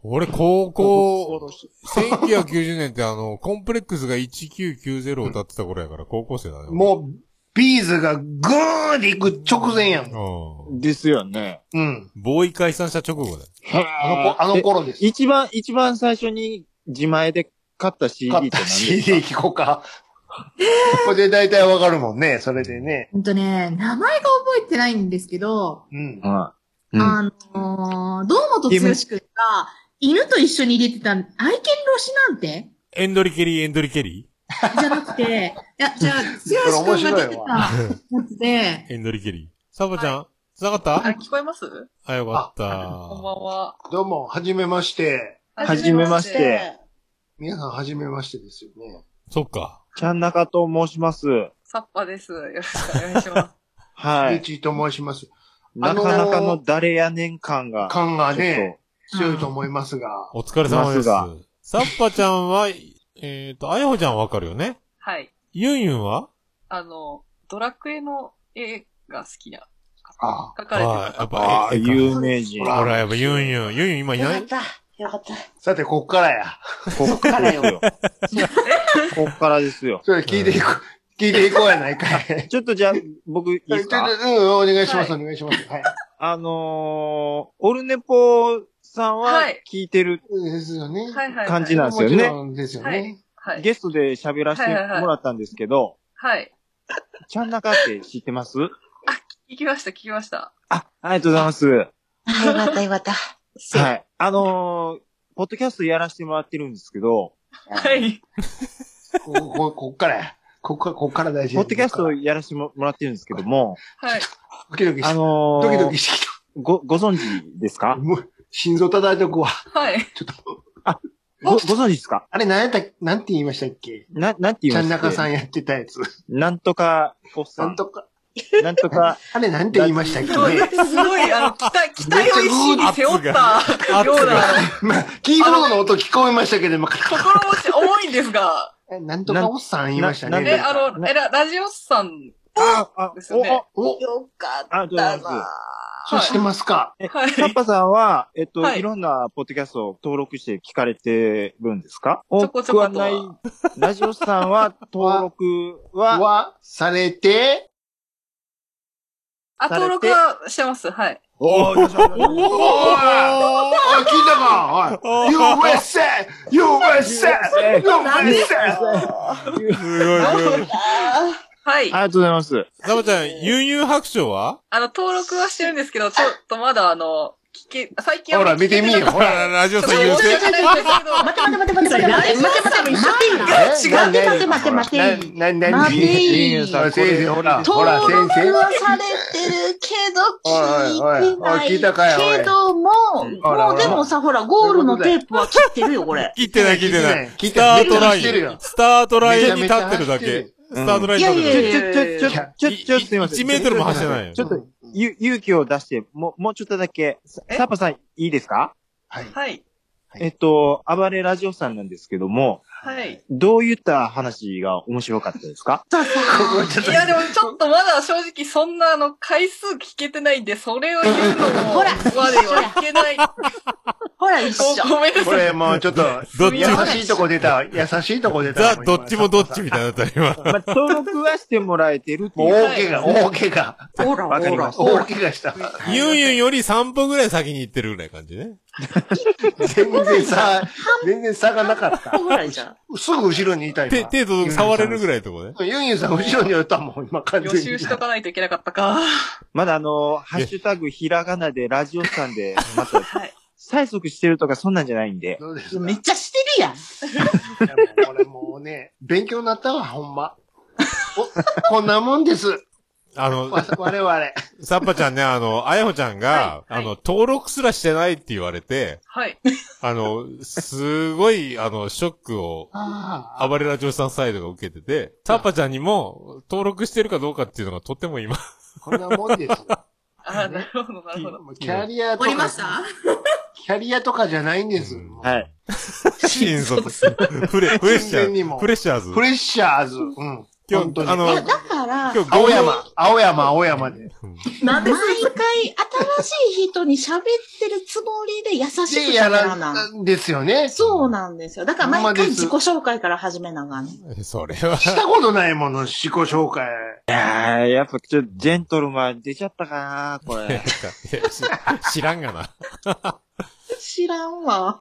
俺、高校、せんきゅうひゃくきゅうじゅうねんってあの、コンプレックスがせんきゅうひゃくきゅうじゅうを歌ってた頃やから、高校生だね。 もう、ビーズがグーンで行く直前やん。 うん。ですよね。 うん。 ボーイ解散した直後だよ。 あの子、あの頃です。 一番、一番最初に自前で買った シーディー って何ですか？ シーディー 聞こうか。ここで大体わかるもんね、それでね。 ほんとね、名前が覚えてないんですけど、 うん。 あのー、堂本剛くんが犬と一緒に入れてた愛犬ロシなんてエンドリケリー、エンドリケリーじゃなくて、いや、じゃあ、剛くんが出てたやつで、 エンドリケリー。サボちゃん繋がった？ あ、聞こえます？ あ、よかった。 こんばんは。 どうも、はじめまして。 はじめまして。 皆さん、はじめましてですよね。 そっか。 ちゃんなかと申します。 サッパです。よろしくお願いします。 はい。 でちと申します。 なかなかの誰やねん感が。 感がね、強いと思いますが。 お疲れ様です。サッパちゃんは、えっと、あやほちゃんわかるよね？ はい。 ユンユンは？ あの、ドラクエの絵が好きな。 ああ。書かれてる。 やっぱ、 あ、有名人。 ほら、やっぱユンユン。ユンユン今いない？ よかった。よかった。 さて、こっからや。 こっからよ。こっからですよ。 それ聞いていこう。聞いていこうやないかい。 ちょっとじゃあ、僕いいですか？ うん、お願いします、お願いします。はい。 あのー、オルネポさんは聞いてるですよね。 感じなんですよね。 もちろんですよね。 はい。 ゲストで喋らせてもらったんですけど、 はい。 ちゃんなかって知ってます？ あ、聞きました、聞きました。 あ、ありがとうございます。 よかった、よかった。 はい。あのー、ポッドキャストやらせてもらってるんですけど、 はい。 こ、こ、こっからや。こっから、こっから大事。 ポッドキャストやらせてもらってるんですけども、 はい。 ドキドキして、 あのー、 ドキドキしてきた。 ご、ご存知ですか？ もう、心臓叩いとくわ。 はい。 ちょっと。 あ、ご、ご存知ですか？ あれ、なんやった、なんて言いましたっけ？ な、なんて言いましたっけ？ ちゃんなかさんやってたやつ。 なんとか、おっさん。 なんとか。 なんとか。 あれ、なんて言いましたっけね？ すごい、あの、期待、期待を一心に背負ったような。 まあ、キーボードの音聞こえましたけど、まあ、 心持ち重いんですが。 なんとかおっさん言いましたね。 え、あの、えら、ラジオさん。 あ、あ、 ですよね。 お、 よかったな。 ありがとうございます。 そうしてますか？ はい。サッパさんは、えっと、いろんなポッドキャストを登録して聞かれてるんですか？ ちょこちょことは。 ラジオさんは登録は、 は、されて、 あ、登録はしてます。はい。 おー、よしょよしょ。おー、 聞いたか？おい。ユーエスエー! ユーエスエー! ユーエスエー! すごい、すごい。 はい。 ありがとうございます。 サボちゃん、ユンユン白書は？ あの、登録はしてるんですけど、ちょっとまだあの、聞け、最近は。 ほら、見てみよ。 ほら、ラジオさん言うて。 待って待って待って待って待って待って待って待って待って待って待って待って。 な、な、な、 待て先生、ほら、ほ登ら、先録生。 はされてるけど、聞いてない聞いたかよ。 けども、もうでもさ、ほら、ゴールのテープは切ってるよ、これ。 切ってない、切ってない。スタートライン。スタートラインに立ってるだけ。スタートラインに立ってるだけ。 ちょ、ちょ、ちょ、ちょ、ちょ、すいません。 いちメートルも走ってないよ。 ちょっと、ゆ、勇気を出して、もう、もうちょっとだけ。サッパさん、いいですか？ はい。 はい。 えっと、暴れラジオさんなんですけども、 はい。 どういった話が面白かったですか？ いや、でもちょっとまだ正直そんなあの、回数聞けてないんで、それを言うのも、 ほらまではいけない。 ほら、一緒。 ごめんなさい。 これもうちょっと、 どっち優しいとこ出た。優しいとこ出た。 ザ・どっちもどっちみたいになった今。 まあ、登録はしてもらえてるってもういう。 大怪我、大怪我。 ほら、 わかりました。 大怪我した。 ユンユンよりさん歩ぐらい先に行ってるぐらい感じね。 全然差、全然差がなかった。 ぐらいじゃん。 すぐ後ろにいた今。 手、手届く、触れるぐらいのとこね。 ユンユンさん後ろにいたもん、今完全に。 予習しとかないといけなかったか。 まだあの、ハッシュタグひらがなでラジオさんで、また、 はい。 催促してるとかそんなんじゃないんで。 そうですか。 めっちゃしてるやん。 いやもう俺もうね、勉強になったわ、ほんま。お、こんなもんです。 あの、 わ我々。 サッパちゃんね、あの、あやほちゃんが、 はいはいあの、登録すらしてないって言われて、 はい。 あの、すごい、あの、ショックを、 ああ。 暴れラジオさんサイドが受けてて、サッパちゃんにも、登録してるかどうかっていうのがとっても今。 こんなもんです。 あ、なるほど、なるほど。 キャリアとか。 おりました？ キャリアとかじゃないんです。 はい。 新卒。フレ、フレッシャーズ。フレッシャーズ。 フレッシャーズ。うん。 今日、あの、 いや、だかから、 青山、青山、青山で。 なんで毎回新しい人に喋ってるつもりで優しく喋らな。 ですよね。 そうなんですよ。だから毎回自己紹介から始めながらね。 それは。 したことないもの、自己紹介。 いやー、やっぱちょっとジェントルマン出ちゃったかなこれ。 知らんがな。 知らんわ。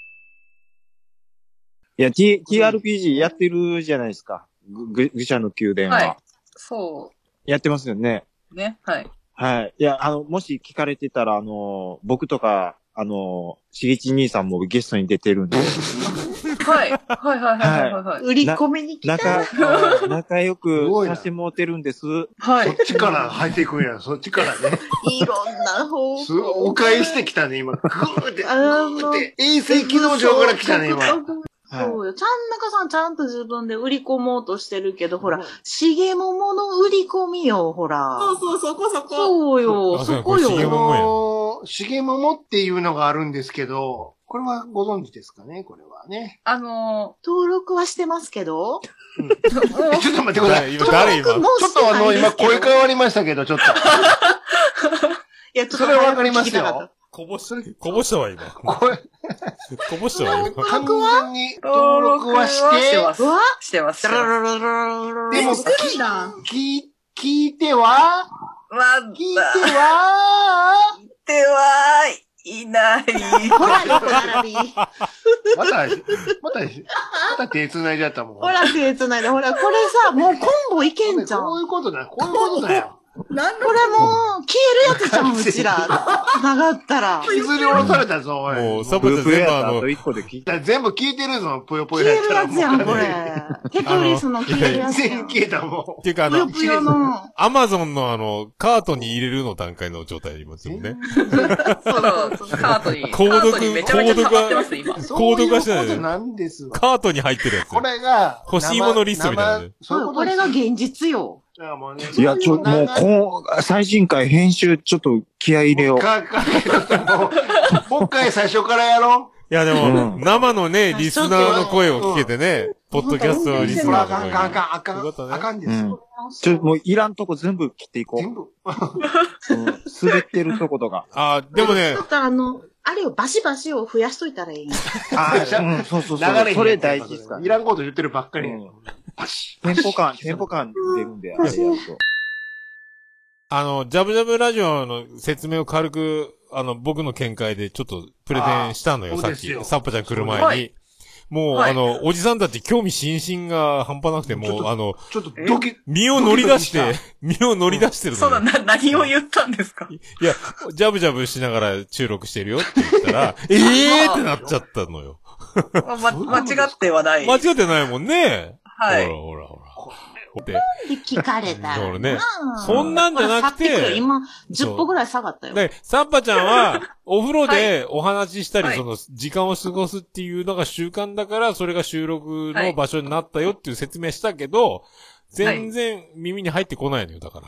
いや、T、ティーアールピージー やってるじゃないですか。ぐ、愚者の宮殿は。はい。 そう。 やってますよね。 ね、はい。 はい。いや、あの、もし聞かれてたら、あの、僕とか、あの、しげち兄さんもゲストに出てるんで。 はい。はいはいはいはいはい。 売り込みに来た。 仲、仲良くさせてもらってるんです。 はい。そっちから入っていくんや。そっちからね。 いろんな方法。お返してきたね、今。ぐーって。ぐーって。衛星機能上から来たね、今。 そうよ。ちゃん中さんちゃんと自分で売り込もうとしてるけど、ほら、しげももの売り込みよ、ほら。 そうそう、そこそこ。 そうよ、そこよ。 しげもも。しげももっていうのがあるんですけど、これはご存知ですかね、これはね。 あのー、登録はしてますけど。 うん、ちょっと待ってください。 今誰今ちょっとあの、今声変わりましたけど、ちょっと。 いや、ちょっとそれはわかりますよ。 こぼし、こぼしたわ、今。こぼしたわ、今。 完全に登録はして、 してます。してます。でも、聞、聞いては聞いては聞いてはいない。 ほら、横並び。 また、また、また手繋いじゃったもん。 ほら、手繋いで、ほら、これさ、もうコンボいけんじゃん。 こういうことだ、こういうことだよ。 なんこれもう、消えるやつじゃん、うちら。繋がったら。 引きずり下ろされたぞ、おい。 もう、サブちゃん全部あの、 全部聞いてるぞ、ぽよぽよ消えるやつやん、これ。テトリスの消えるやつやん。 全然消えたもん。 っていうかあの、 ぷよぷよの。 アマゾンのあの、カートに入れるの段階の状態でいますよね。 そうそう、カートに。 コードが、 めちゃめちゃ溜まってます、今。 コードがしてない。 そういうことなんですわ。 カートに入ってるやつ。 これが、 欲しいものリストみたいな。 そう、これが現実よ。 いや、ちょ、もう、こう、最新回編集、ちょっと気合い入れよう。 か、か、もう、もう一回最初からやろう。 いや、でも、生のね、リスナーの声を聞けてね、ポッドキャストのリスナーの声。 あかん、あかん、あかん、あかんですよ。 ちょ、もう、いらんとこ全部切っていこう。 全部。 滑ってるとことか。 あ、でもね。 ちょっとあの、あれをバシバシを増やしといたらいい。 ああ、そうそうそう。それ大事ですから。いらんこと言ってるばっかり。 テンポ感、テンポ感出るんで、あれやると。 あの、ジャブジャブラジオの説明を軽く、あの、僕の見解でちょっとプレゼンしたのよ、さっき。サッパちゃん来る前に。もう、あの、おじさんたち興味津々が半端なくて、もう、あの、 ちょっとドキ、 身を乗り出して、身を乗り出してるの。 そうだ、な、何を言ったんですか？ いや、ジャブジャブしながら収録してるよって言ったら、ええーってなっちゃったのよ。 ま、間違ってはない。 間違ってないもんね。 はい。 ほらほらほら。 で聞かれたら。 ね。そんなんじゃなくて。 今、じゅっぽぐらい下がったよ。 で、サッパちゃんは、お風呂でお話ししたり、はい、その、時間を過ごすっていうのが習慣だから、それが収録の場所になったよっていう説明したけど、全然耳に入ってこないのよ、だから。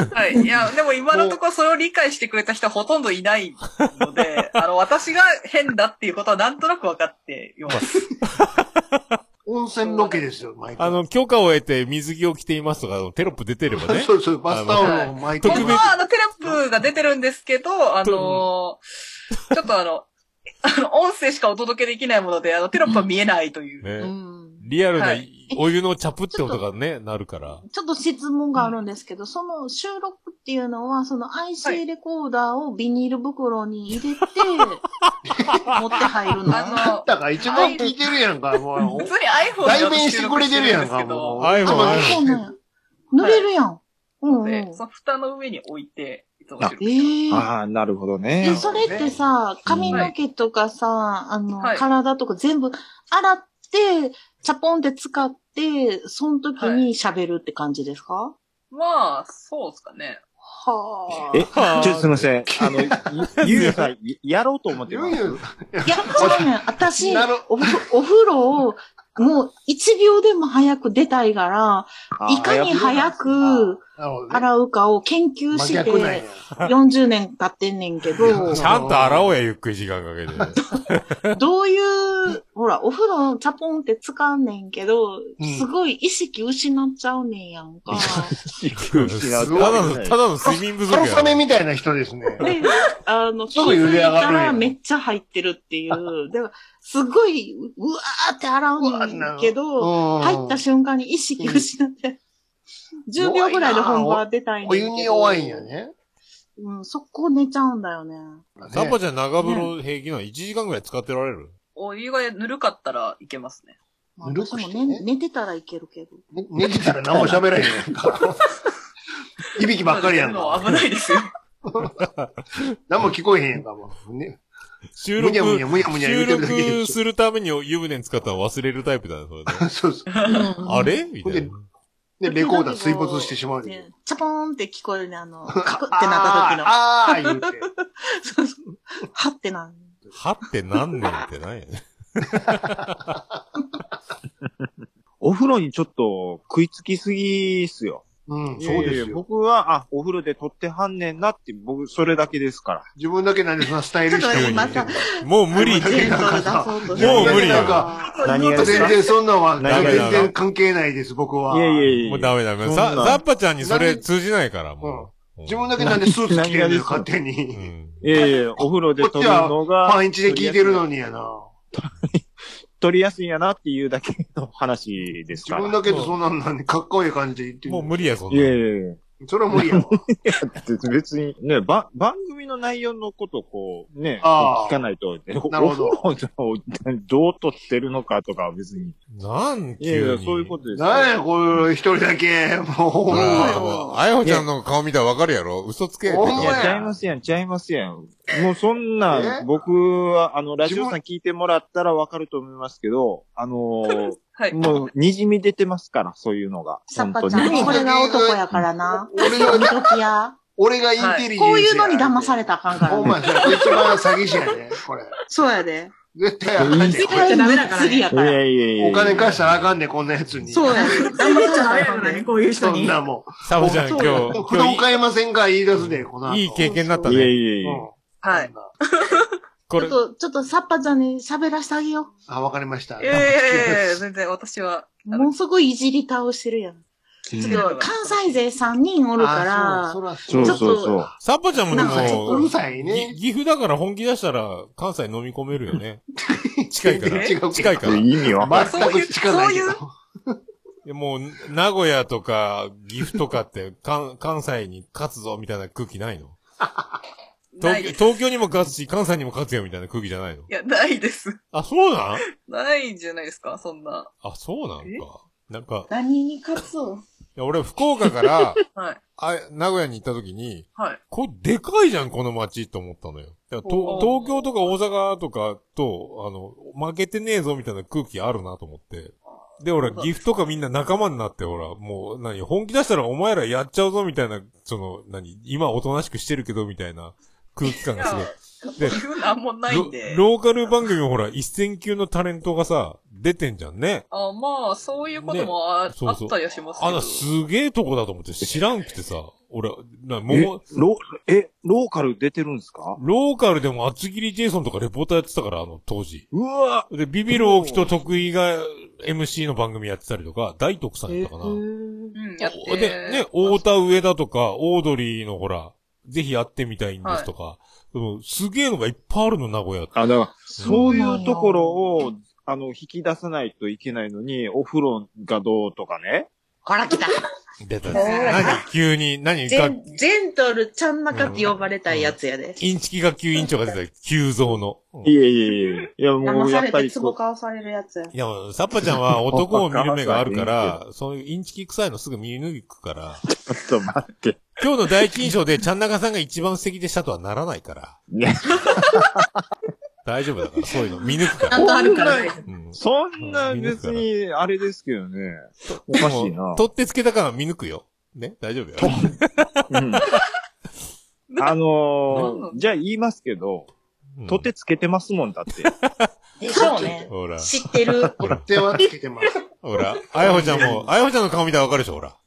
はい。いや、でも今のところそれを理解してくれた人はほとんどいないので、あの、私が変だっていうことはなんとなく分かっています。 温泉ロケですよ、毎回。 あの、許可を得て水着を着ていますとか、テロップ出てればね。 そうそう、バスタオルを巻いて。 本当は、あの、テロップが出てるんですけど、あのー、ちょっとあの、あの、音声しかお届けできないもので、あの、テロップは見えないという。 ね、うん、リアルなお湯のチャプって音がね、なるから。 ちょっと質問があるんですけど、うん、その収録っていうのは、その アイシー レコーダーをビニール袋に入れて、持って入るの。 あの、だから一番聞いてるやんか、もう。 普通に iPhone 代弁してくれてるやんか、もう。 iPhone、 iPhone。塗れるやん。 うん。その蓋の上に置いて、 あ、えー、ああ、なるほどね。 え、それってさ、髪の毛とかさ、はい、あの、はい、体とか全部洗って、チャポンって使って、その時に喋るって感じですか？はい、 まあ、そうですかね。 はあ。え、ちょっとすみません。あの、ゆうゆうさん、やろうと思ってます。いや、 そうね、私、お、お風呂を、もう一秒でも早く出たいから、いかに早く、 洗うかを研究して、よんじゅうねん経ってんねんけど。 ちゃんと洗おうや、ゆっくり時間かけて。どういう、ほら、お風呂チャポンって使うねんけど、すごい意識失っちゃうねんやんか。 意識失っちゃう。ただの、ただの睡眠不足や。 春雨みたいな人ですね。 で、あの、気づいたらめっちゃ入ってるっていう。でも、すごい、うわーって洗うねんけど、入った瞬間に意識失って、じゅうびょうぐらいで本番出たいんだけど。 お湯に弱いんやね。 うん、そこ寝ちゃうんだよね。 サッパちゃん長風呂平気なのいちじかんぐらい使ってられる？ お湯がぬるかったらいけますね。 ぬるくしてね。寝てたらいけるけど。 寝てたら何も喋らへんやんか。いびきばっかりやんか。 危ないですよ。 何も聞こえへんやんか、もう。ね。 収録、収録するために湯船に使ったら忘れるタイプだよ、それで。 そうそう。 あれみたいな。 で、レコーダー水没してしまう。 チャポーンって聞こえるね、あの、カクってなった時の。 あー、言うて。 そうそう。はってなん。 はってなんねんってないやね。 お風呂にちょっと食いつきすぎっすよ。 うん、そうですよ。 僕は、あ、お風呂で撮ってはんねんなって、僕、それだけですから。 自分だけなんでそんなスタイルしてるもう無理。もう無理よ。 何が全然そんなんは、全然関係ないです、僕は。 いやいやいや。 もうダメダメ。ザッパちゃんにそれ通じないから、もう。自分だけなんでスーツ着てるの勝手に。 いやいや、お風呂で撮るのが。 パンイチで聞いてるのにやな。 撮りやすいんやなっていうだけの話ですから。 自分だけでそんなんなんで、かっこいい感じで言ってる。 もう無理や、そんな。 いやいやいや。 それは無理やわ。いや、別に、ね、ば、番組の内容のことをこう、ね、聞かないと、 なるほど。 お風呂をどう撮ってるのかとかは別に。 なんいやいや、そういうことです。 なんや、こういう一人だけ、もう。 あやほちゃんの顔見たらわかるやろ嘘つけ。いや、 ちゃいますやん、ちゃいますやん。もうそんな、僕は、あの、ラジオさん聞いてもらったらわかると思いますけど、あのー、はい、もう、滲み出てますから、そういうのが。 サッパちゃん、これが男やからな。俺が、見ときや。 俺がインテリジェンス、はい。 こういうのに騙されたらあかんから、ね。 お前、それ一番詐欺師やで、これ。 そうやで。 絶対あかんで。 絶対ダメだから、ね。いやいやいやお金貸したらあかんねこんなやつに。 そうやで。騙されたらあかんねこういう人に。 そんなもん。 サブちゃん、今日。 不動買えませんか言い出すで、この後。 いい経験になったね。 いやいやいや。 はい。 これ。ちょっと、ちょっと、サッパちゃんに喋らせてあげよう。 あ、わかりました。 いやいやいや全然私は。 ものすごいいじり倒してるやん。ちょっと、関西勢さんにんおるから、 そうそうそう。 サッパちゃんもでも、 うるさいね。 岐阜だから本気出したら、関西飲み込めるよね。近いから。近いから。 意味は全く近ないけど。 いやもう、名古屋とか、岐阜とかって、関西に勝つぞみたいな空気ないの東京、東京にも勝つし、関西にも勝つよみたいな空気じゃないの？いや、ないです。 あ、そうなん？ ないんじゃないですか、そんな。 あ、そうなんか。なんか。 何に勝つ？いや、俺、福岡から、 はい。 あ、名古屋に行った時に、 はい。 これ、でかいじゃん、この街と思ったのよ。東京とか大阪とかと、あの、負けてねえぞみたいな空気あるなと思って。で、俺、岐阜とかみんな仲間になって、ほら、もう、何、本気出したらお前らやっちゃうぞみたいな、その、何、今おとなしくしてるけどみたいな空気感がすごい。 で、なんもないんで。 ローカル番組もほら、一線級のタレントがさ、出てんじゃんね。 あ、まあ、そういうことも あ,、ね、そうそうあったりはしますけど。 あの、すげえとこだと思って知らんくてさ、俺、な、もう、ロ、え、ローカル出てるんですか？ ローカルでも厚切りジェイソンとかレポーターやってたから、あの、当時。 うわで、ビビる大木と徳井が エムシー の番組やってたりとか、大徳さんやったかな。 うん、やって。 で、ね、太田上田とか、オードリーのほら、ぜひやってみたいんですとか、はい、でもすげえのがいっぱいあるの、名古屋って。 あ、だから、そういうところを、あの、引き出さないといけないのに、お風呂がどうとかね。 ほら来た。 出た。何急に、何か。 ジェントルちゃん中って呼ばれたいやつやで。 インチキ学級委員長が出た、急増の。 いやいやいやいや、もうやっぱり。 騙されて壺買わされるやつや。 いや、サッパちゃんは男を見る目があるから、そういうインチキ臭いのすぐ見抜くから。 ちょっと待って。 今日の第一印象で、ちゃんなかさんが一番素敵でしたとはならないから。大丈夫だから、そういうの見抜くから。 ちゃんとあるから。 そんな別に、あれですけどね。おかしいな。 取ってつけたから見抜くよ。ね、大丈夫よ。 うん、あのー、じゃあ言いますけど、うん、取ってつけてますもんだって。 でしょうね。 ほら。 知ってる。 取ってはつけてます。 ほら。あやほちゃんも、あやほちゃんの顔見たらわかるでしょ、ほら。ね。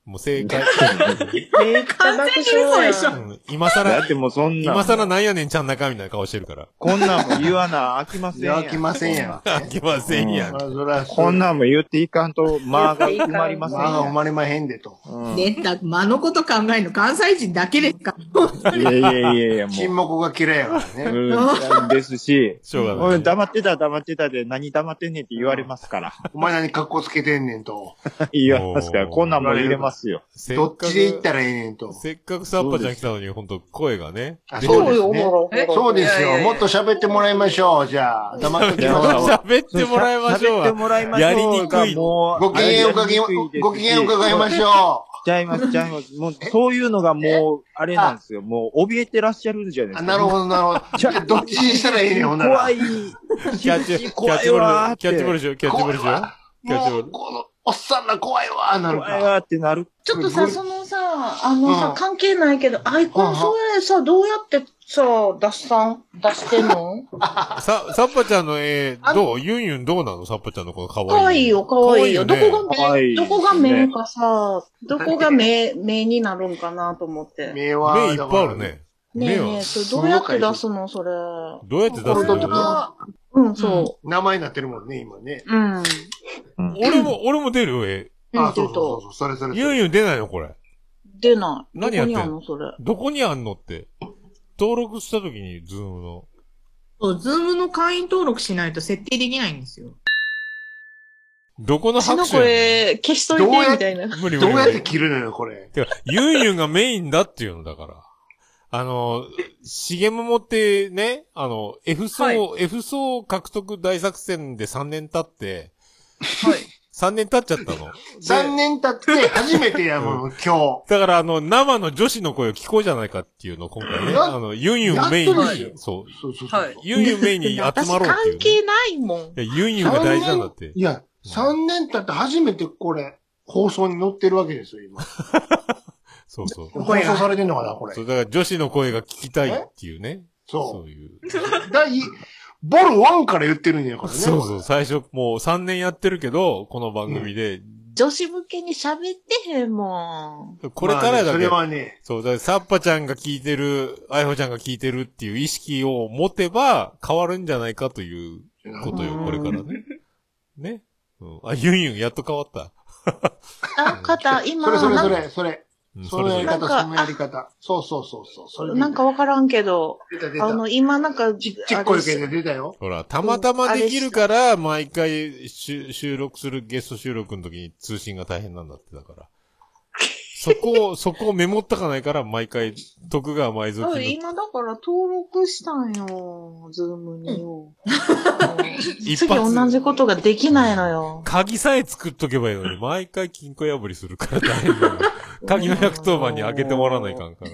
もう正解。 完全に嘘でしょ。 今更、 だってもうそんな。 今更なんやねんちゃん中みたいな顔してるから。 こんなんも言わな、飽きませんやん。 飽きませんやん。 飽きませんやん。 こんなんも言っていかんと、間が埋まりませんやん。 間が埋まりまへんでと。 ね、だ、間のこと考えるの関西人だけですか。 いやいやいやいや、もう。 沈黙が嫌いやからね。 うん。ですし、 しょうがない。 黙ってた黙ってたで何黙ってんねんって言われますから。 お前何格好つけてんねんと。 言われますから、こんなんも入れますよ。 どっちで行ったらええねんと。 せっかくサッパちゃん来たのに、ほんと声がね。 そうですね。そうですよ。もっと喋ってもらいましょう。じゃあ、黙ってきましょう。 喋ってもらいましょう。 喋ってもらいましょう。 やりにくい。 ご機嫌伺い、ご機嫌伺いましょう。 ちゃいます、ちゃいます。もう、そういうのがもう、あれなんですよ。もう、怯えてらっしゃるじゃないですか。 なるほど、なるほど。じゃあ、どっちにしたらいいねん、ほんなら。 怖い。キャッチ、キャッチボール、 キャッチボールしよう、キャッチボールしよう。キャッチボール。 この、おっさんら怖いわ、なるか。 怖いわってなる。 ちょっとさ、そのさ、あのさ、関係ないけど、アイコン、それさ、どうやってさ、出したん、出してんのさ、サッパちゃんの絵、どうユンユンどうなのサッパちゃんのこの可愛い。 可愛いよ、可愛いよ。どこが目、どこが目かさ、どこが目、目になるんかなと思って。 目は。 目いっぱいあるね。 ねえねえ、それどうやって出すのそれ。 どうやって出すのうん、そう。 名前になってるもんね、今ね。 うん。 俺も、俺も出るよ、絵。 あ、そうそうそう、それそれ。 ユンユン出ないのこれ。 出ない。 何やってんのどこにあんのそれ。 どこにあんのって。登録したときに、ズームの。 そう、ズームの会員登録しないと設定できないんですよ。 どこの拍手これ、消しといて、みたいな。 無理無理。 どうやって切るのよ、これ。 てか、ユンユンがメインだっていうのだから。あの、しげももってね、あの、F 層、はい、F 層獲得大作戦でさんねん経って、 はい。 さんねん経っちゃったの。 さんねん経って初めてやもん、うん、今日。 だからあの、生の女子の声を聞こうじゃないかっていうのを今回ね、あの、ユンユンメインに、そう。 そうそうそう。はい。 ユンユンメインに集まろうっていう、ね。 関係ないもん。いや、ユンユンが大事なんだって。 いや、さんねん経って初めてこれ、放送に載ってるわけですよ、今。 そうそう。 放送されてんのかな、これ。 そう、だから女子の声が聞きたいっていうね。 そう。 そういう。 第、ボルワンから言ってるんやからね。 そうそう、最初、もうさんねんやってるけど、この番組で。うん、 女子向けに喋ってへんもん。 これからだけ、まあね、 それはね。 そう、だからサッパちゃんが聞いてる、アイホちゃんが聞いてるっていう意識を持てば変わるんじゃないかということよ、これからね。ね。うん、あ、ユンユン、やっと変わった。 あ、肩、今。 それそれそれ、それ。そのやり方、そのやり方。そうそうそうそう。 なんかわからんけど。 出た出た。 あの、今なんか、 ちっちゃい声で出たよ。 ほら、たまたまできるから、毎回収録するゲスト収録の時に通信が大変なんだってだから。そこを、そこをメモったかないから、毎回、徳川埋蔵金の。 今だから登録したんよ、ズームによ。次同じことができないのよ。 鍵さえ作っとけばいいのに、毎回金庫破りするから大変なの。鍵のひゃくとおばんに開けてもらわないかんから。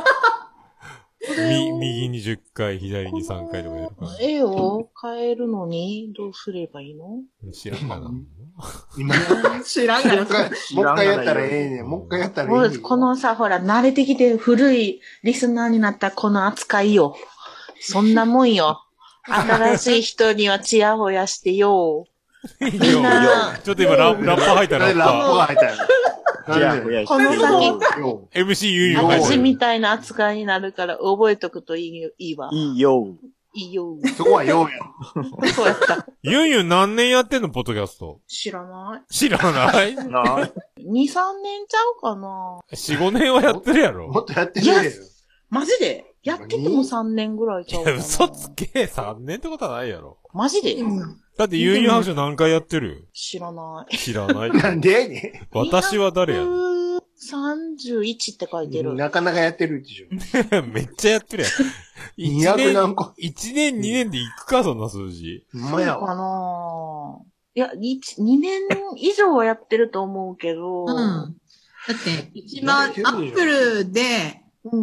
み、右にじゅっかい、左にさんかいとかやるから。 絵を変えるのに、どうすればいいの？ 知らんがな。 今、 知らんがな。 もう一回やったらええねん。もう一回やったらええねん。 このさ、ほら、慣れてきて古いリスナーになったこの扱いよ。そんなもんよ。新しい人にはチヤホヤしてよ。 みんな。ちょっと今ラッパー入ったラッパー。ラッパーが入ったよ。 この先、 エムシー ユンユン私みたいな扱いになるから覚えとくといいよ、いいわ。 いいよ。 いいよ。 そこはようや。 そうやった。 ユンユン何年やってんのポッドキャスト。 知らない。 知らないに、さんねんちゃうかな。 よん、ごねんはやってるやろ。 もっとやってるやろ。 マジでやっててもさんねんぐらいちゃうかな。 嘘つけ。さんねんってことはないやろ。 マジで、うん、 だってユンユン白書何回やってる？ 知らない。 知らない。 なんでね。 私は誰やねん。 さんじゅういちって書いてる。 なかなかやってるでしょ。 めっちゃやってるやん。 にひゃくなんこ。 いちねん、にねんでいくか、そんな数字。 そうかないや、にねん以上はやってると思うけど。うん。 だって、一番、アップルで、うん。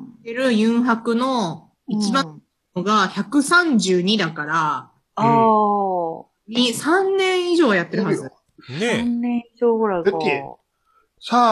出るユンハクの一番のがひゃくさんじゅうにだから、ああ。に、さんねん以上やってるはず。 ねえ。 さんねん以上ぐらいか。 だって、さあ、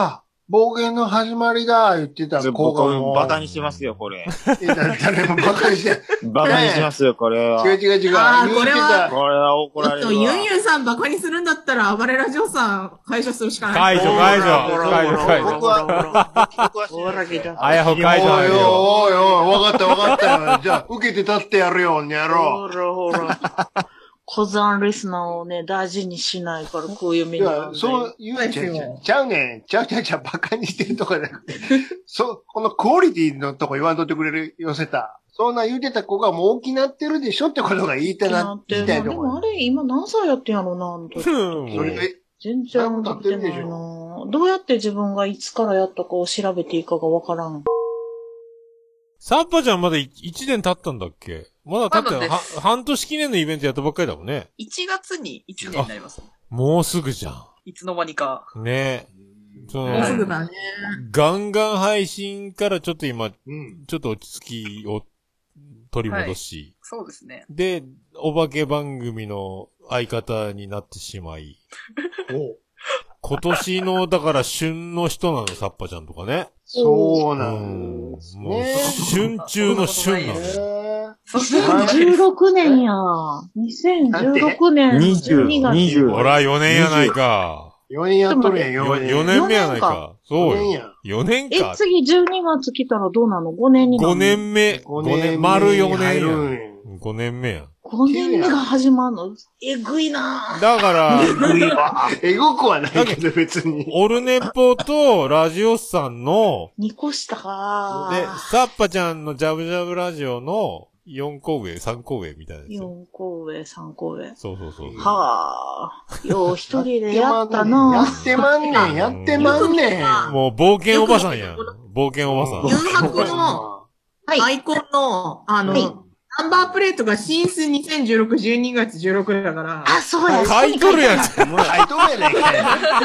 暴言の始まりだ、言ってた子がもう。 バカにしますよ、これ。 誰もバカにして。 バカにしますよ、これは。 違う違う違う。 ああ、これは、 これは怒られるわ。 ユンユンさんバカにするんだったら、暴れラジオさん解除するしかない。 解除、解除。解除、解除。 僕は、僕は、 ほら、来た。 あやほ解除。 おいおいおいおい、わかったわかった。じゃあ、受けて立ってやるよ、にゃろう。 ほらほら。小山リスナーをね、大事にしないから、こういう目に遭うんだよ。 そう言うんちゃうちゃうねん。ちゃうちゃうちゃう、バカにしてるとかじゃなくて、そう、このクオリティのとこ言わんとってくれる、寄せた。そんな言うてた子がもう大きなってるでしょってことが言いたな、言いたいとこ。 でもあれ、今何歳やってんやろうな、あの時。 それで、 全然経ってないな。どうやって自分がいつからやったかを調べていいかがわからん。 サッパちゃんまだいちねん経ったんだっけ？まだ経ってない。半年記念のイベントやったばっかりだもんね。 いちがつにいちねんになります。 もうすぐじゃん。 いつの間にか。 ねえ。その、 もうすぐだね。 ガンガン配信からちょっと今、うん、ちょっと落ち着きを取り戻し、 はい。そうですね。 で、お化け番組の相方になってしまい。今年の、だから旬の人なの、サッパちゃんとかね。 そうなんですね。 もう、旬中の旬なの。 にせんじゅうろくねんや。にせんじゅうろくねんにじゅう、にじゅう。 ほら、よねんやないか。 よねんやっとるやん、よねん。 よねんめやないか。そうよ。よねんか。 え、次じゅうにがつ来たらどうなの ?ご 年になるの ?ご年目。ごねん、丸よねんや。ごねんめや。 ごねんめが始まるのえぐいなぁ。 だから、 えぐいわ。えぐくはないけど別に。 オルネポとラジオスさんの、 にこ下かで、サッパちゃんのジャブジャブラジオのよんこ上、さんこ上みたいなやつ。 よんこ上、さんこ上。 そうそうそう。 はぁ。よう一人でやったなやってまんねん、やってまんねん。 もう冒険おばさんやん。冒険おばさん。 誘白のアイコンの、あの、はいナンバープレートが新数にせんじゅうろく、じゅうにがつじゅうろくだから。 あ、そうや。 書いとるやん。 書いとるやないかい。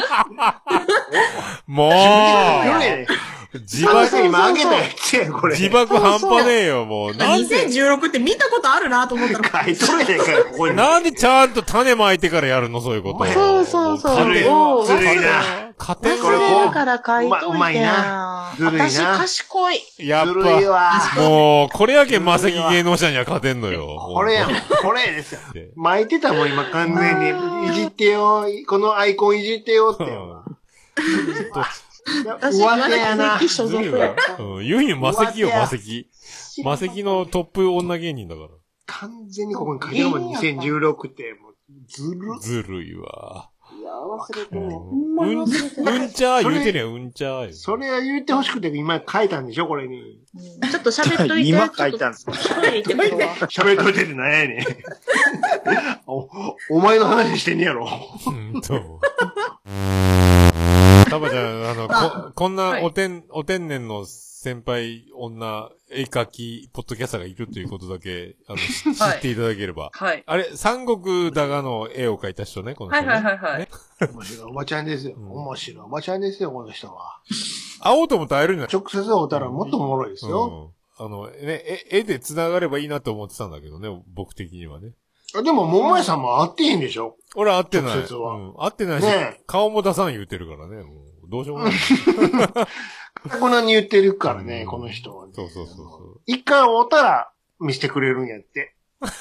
もう。自爆、 今あげたやつや、これ。 自爆半端ねえよ、もう。 にせんじゅうろくって見たことあるなと思ったら。 書いとるやないかい、ここに。 なんでちゃんと種まいてからやるの、そういうこと。 そうそうそう。 ずるい。ずるいな。 勝て忘れるから書いといて。 うまいな。ずるいな。 私賢い。 やっぱ、もう、これやけん魔石芸能者には勝てんのよ。 これやん。これですよ。巻いてたもん、今完全に。いじってよ。このアイコンいじってよって。 私、上手やな。所属やった。 うん。ユンユン魔石よ、魔石。魔石のトップ女芸人だから。 完全にここに書いてるもん、にせんじゅうろくって。もうずる。 ずるいわ。 いや、忘れてる。 うん、うんちゃー言うてるやん、うんちゃー。 それは言ってほしくて今書いたんでしょ、これに。 ちょっと喋っといて。 今書いたんですか？ 喋っといてって何やねん。お、お前の話してんねやろ。 うんと。タバちゃん、あの、こ、こんなおてん、お天然の先輩、女、絵描き、ポッドキャスターがいるということだけ、あの、知っていただければ。 はい。 あれ、三国だがの絵を描いた人ね、この人ね。 はいはいはいはい。 面白いおばちゃんですよ。面白いおばちゃんですよ、この人は。 会おうとも会えるんだ。 直接会うたらもっとおもろいですよ。 うん。あの、ね、絵、絵で繋がればいいなと思ってたんだけどね、僕的にはね。 でも、桃井さんも会ってへんでしょ？ 俺会ってない。 直接は。 うん。会ってないし、ね、顔も出さん言うてるからね。もうどうしようもない。 こんなに言ってるからね、この人は、ね。 そうそうそうそう。 一回会うたら見せてくれるんやって。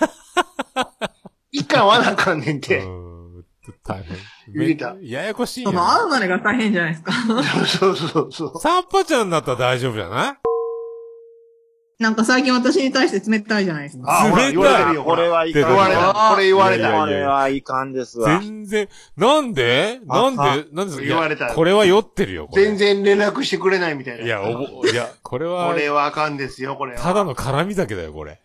一回会わなあかんねんって。 大変。 言うた。 ややこしいよ。 その会うまでが大変じゃないですか。 そうそうそう。 サッパちゃんだったら大丈夫じゃない？ なんか最近私に対して冷たいじゃないですか。 あ、冷たいよ。 これはいかん。 言われた。これ言われた。 これはいかんですわ。 全然、なんでなんでなんで言われた。 これは酔ってるよ。 全然連絡してくれないみたいな。 いや、おぼ、いや、これは。 これはあかんですよ、これは。 ただの絡み酒だよ、これ。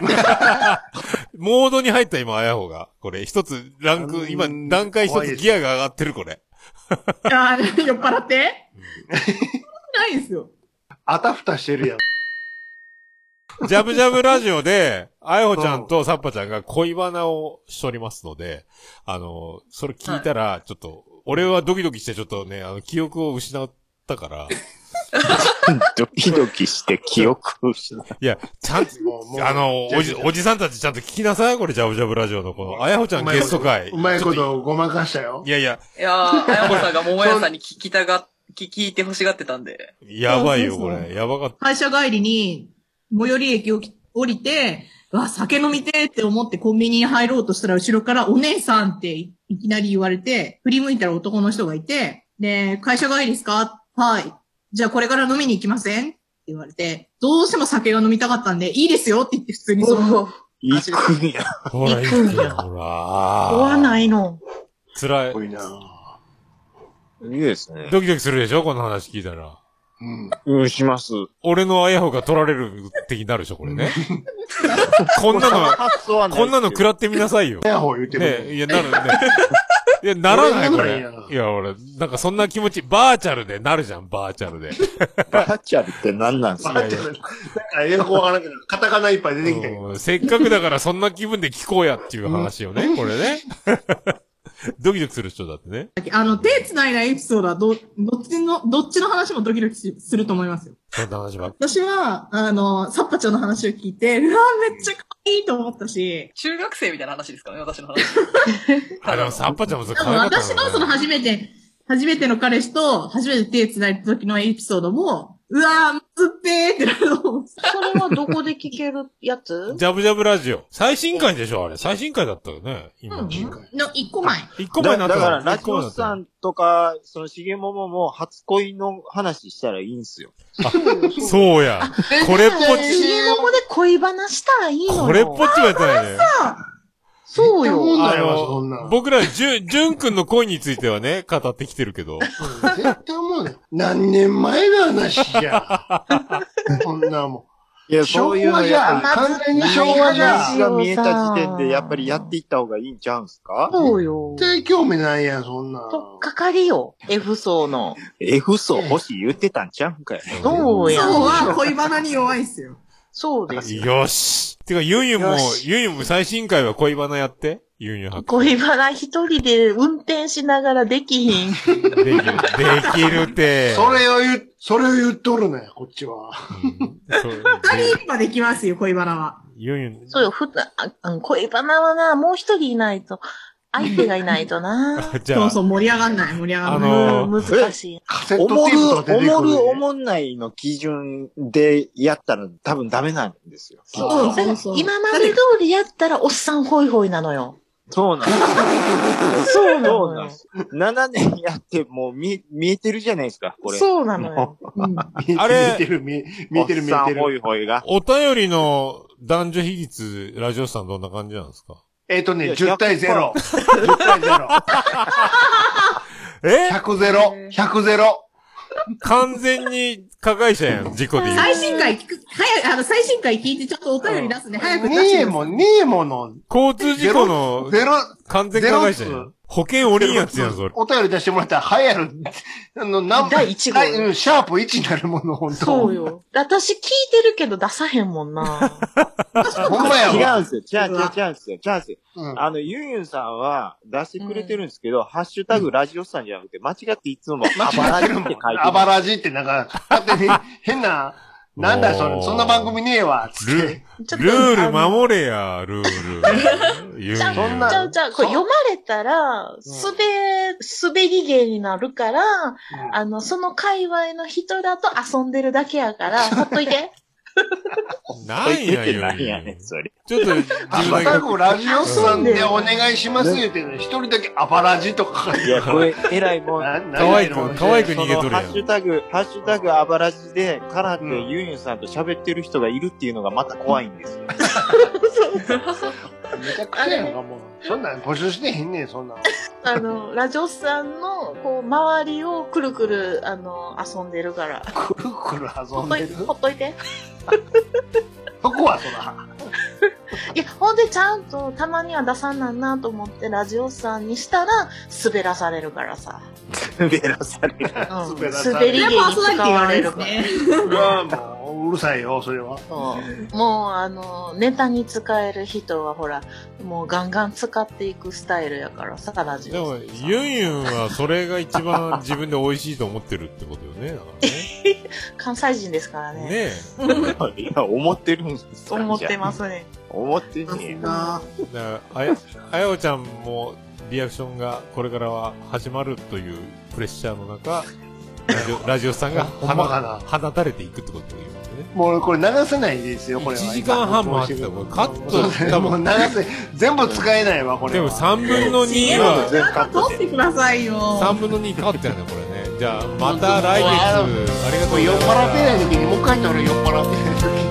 モードに入った今、あやほが。これ、一つ、ランク、今、段階一つギアが上がってる、これ。 あー、酔っ払ってないですよ。 あたふたしてるやん。 ジャブジャブラジオで、あやほちゃんとサッパちゃんが恋バナをしておりますので、あの、それ聞いたら、ちょっと、俺はドキドキしてちょっとね、あの、記憶を失ったから。 ドキドキして記憶を失った。 いや、ちゃんと、あの、おじ、おじさんたちちゃんと聞きなさい、これ、ジャブジャブラジオのこの、あやほちゃんゲスト会。 うまいことごまかしたよ。 いやいや。 いやー、あやほさんが桃屋さんに聞きたがっ聞いて欲しがってたんで。 やばいよ、これ。やばかった。 会社帰りに、最寄り駅を降りて、わ、酒飲みてーって思ってコンビニに入ろうとしたら、後ろからお姉さんっていきなり言われて、振り向いたら男の人がいて、で、会社帰りですか？はい。じゃあこれから飲みに行きませんって言われて、どうしても酒が飲みたかったんで、いいですよって言って普通にその、 行くんや。 ほら、行くんや。ほら。 追わないの。 辛い。 多いな。 いいですね。 ドキドキするでしょこの話聞いたら。 うん。うん、します。 俺のあやほが取られる的になるでしょこれね。こんなの、こんなの食らってみなさいよ。 あやほ言ってる。 ねいや、なるね。いや、ならないこれ。いや、俺、なんかそんな気持ち、バーチャルでなるじゃん、バーチャルで。 バーチャルって何なんすか？ バーチャル。なんか英語わからんけど、カタカナいっぱい出てきたけど。 せっかくだからそんな気分で聞こうやっていう話よね、これね。ドキドキする人だってね。 あの、手繋いだエピソードはど、どっちの、どっちの話もドキドキすると思いますよ。 そんな話ばっか。 私は、あの、サッパちゃんの話を聞いて、うわめっちゃ可愛いと思ったし。 中学生みたいな話ですかね、私の話。 あ、でもサッパちゃんもそれ可愛愛かった私のその初めて、初めての彼氏と、初めて手繋いだ時のエピソードも、うわぁ、むつってーってなると思う。 それはどこで聞けるやつ？ ジャブジャブラジオ。最新回でしょあれ。最新回だったよね。今。 うん。の、一個前。 一個前になっただから、ラジオさんとか、その、しげももも初恋の話したらいいんすよ。 あ、そうや。これっぽっち。 しげももで恋話したらいいのよ。 これっぽっちもやったよね。 そうよ。 あの、 僕ら、じゅん、じゅんくんの恋についてはね、語ってきてるけど。 絶対思うね。何年前の話じゃ。こんなもん。 いや、そういうのやっぱり、 完全に昭和じゃ。 が見えた時点で、やっぱりやっていった方がいいんちゃうんすか？ そうよ。 絶対興味ないやん、そんな。 とっかかりよ。F 層の。 F 層欲しい言ってたんちゃうんかい。 そうや。 そうは恋バナに弱いっすよ。 そうですよ。 よし。てか、ユンユンも、ユンユンも最新回は恋バナやって。ユンユンは。 恋バナ一人で運転しながらできひん。 できる、できるって。 それを言う、それを言っとるね、こっちは。 二人はできますよ、恋バナは。 ユンユン。 そうよ、ふた、あ、恋バナはな、もう一人いないと、相手がいないとな。 じゃあ。 そうそう、盛り上がんない、盛り上がんない。 あのー、難しい。 カセットテープとか出てくる、 おもる、おもんないの基準でやったら多分ダメなんですよ。 そうそうそう。 今まで通りやったらおっさんホイホイなのよ。 そうなんです。 そうなのよ。 ななねんやってもう見、見えてるじゃないですか、これ。 そうなのよ。 うん、 あれ、 見えてる、見えてる、見えてる。 おっさんホイホイが。 お便りの男女比率、ラジオさんどんな感じなんですか？ えっとね、じゅう対ゼロ。じゅう対ゼロ。 え ? ひゃく ゼロ。ひゃくゼロ。 完全に加害者やん、事故で言う。 最新回聞く、早い、あの、最新回聞いてちょっとお便り出すね。早く出して。 ねえもん、ねえもの。 交通事故の、 ゼロ、 完全加害者やん。保険降りんやつやん、それ。 お便り出してもらったら流行る。あの、ナンバー、 第一号。 うん、シャープいちになるもの、本当そうよ。私聞いてるけど出さへんもんな。 ほんまやわ。 違うんですよ。チャンス、チャンスよ、チャンス。あの、ユンユンさんは出してくれてるんですけど、ハッシュタグラジオさんじゃなくて、間違っていつも間違ってるもん。あばらじってなんか、勝手に変な、なんだそれ、そんな番組ねえわ、つって。 ルール守れや、ルール。 ちゃう、ちゃう、ちゃう。これ読まれたら、すべ、滑り芸になるから、あの、その界隈の人だと遊んでるだけやから、ほっといて。 なんや、よ。 なんやねん、それ。 ちょっと、自分だけ。ラジオさんでお願いします言うてね、一人だけアバラジとか。 いや、これ、えらいもん。 かわいく、かわいく逃げとるやん。 ハッシュタグ、ハッシュタグアバラジで、からってユンユンさんと喋ってる人がいるっていうのがまた怖いんですよ。 めちゃくちゃやんか、もう。そんなん募集してへんねん、そんなん。 あの、ラジオさんの、こう、周りをくるくる、あの、遊んでるから。 くるくる遊んでるほっといて。 そこはそら。 いや、ほんでちゃんとたまには出さんなんなと思ってラジオさんにしたら滑らされるからさ。 滑らされる。 うん、滑り芸に使われるから。 うわもううるさいよ、それは。 そうもうあの、ネタに使える人はほら、もうガンガン使っていくスタイルやからさ、ラジオさん。 でも、ユンユンはそれが一番自分で美味しいと思ってるってことよね。だからね関西人ですからね。 ねえ。 いや、思ってるんですか？ 思ってますね。 思ってねえな。 だから、あや、あやおちゃんもリアクションがこれからは始まるというプレッシャーの中、 ラジオ、ラジオさんが放たれていくってことを言うんですね。 もうこれ流せないですよ、これは。 いちじかんはんもあってたら、これカットしたもう流せ、全部使えないわ、これ。 でもさんぶんのには、 全部カット取ってくださいよ。 さんぶんのにカットやね、これね。じゃあ、また来月、ありがとうございます。 酔っ払ってない時に、もう一回撮る酔っ払ってない時に。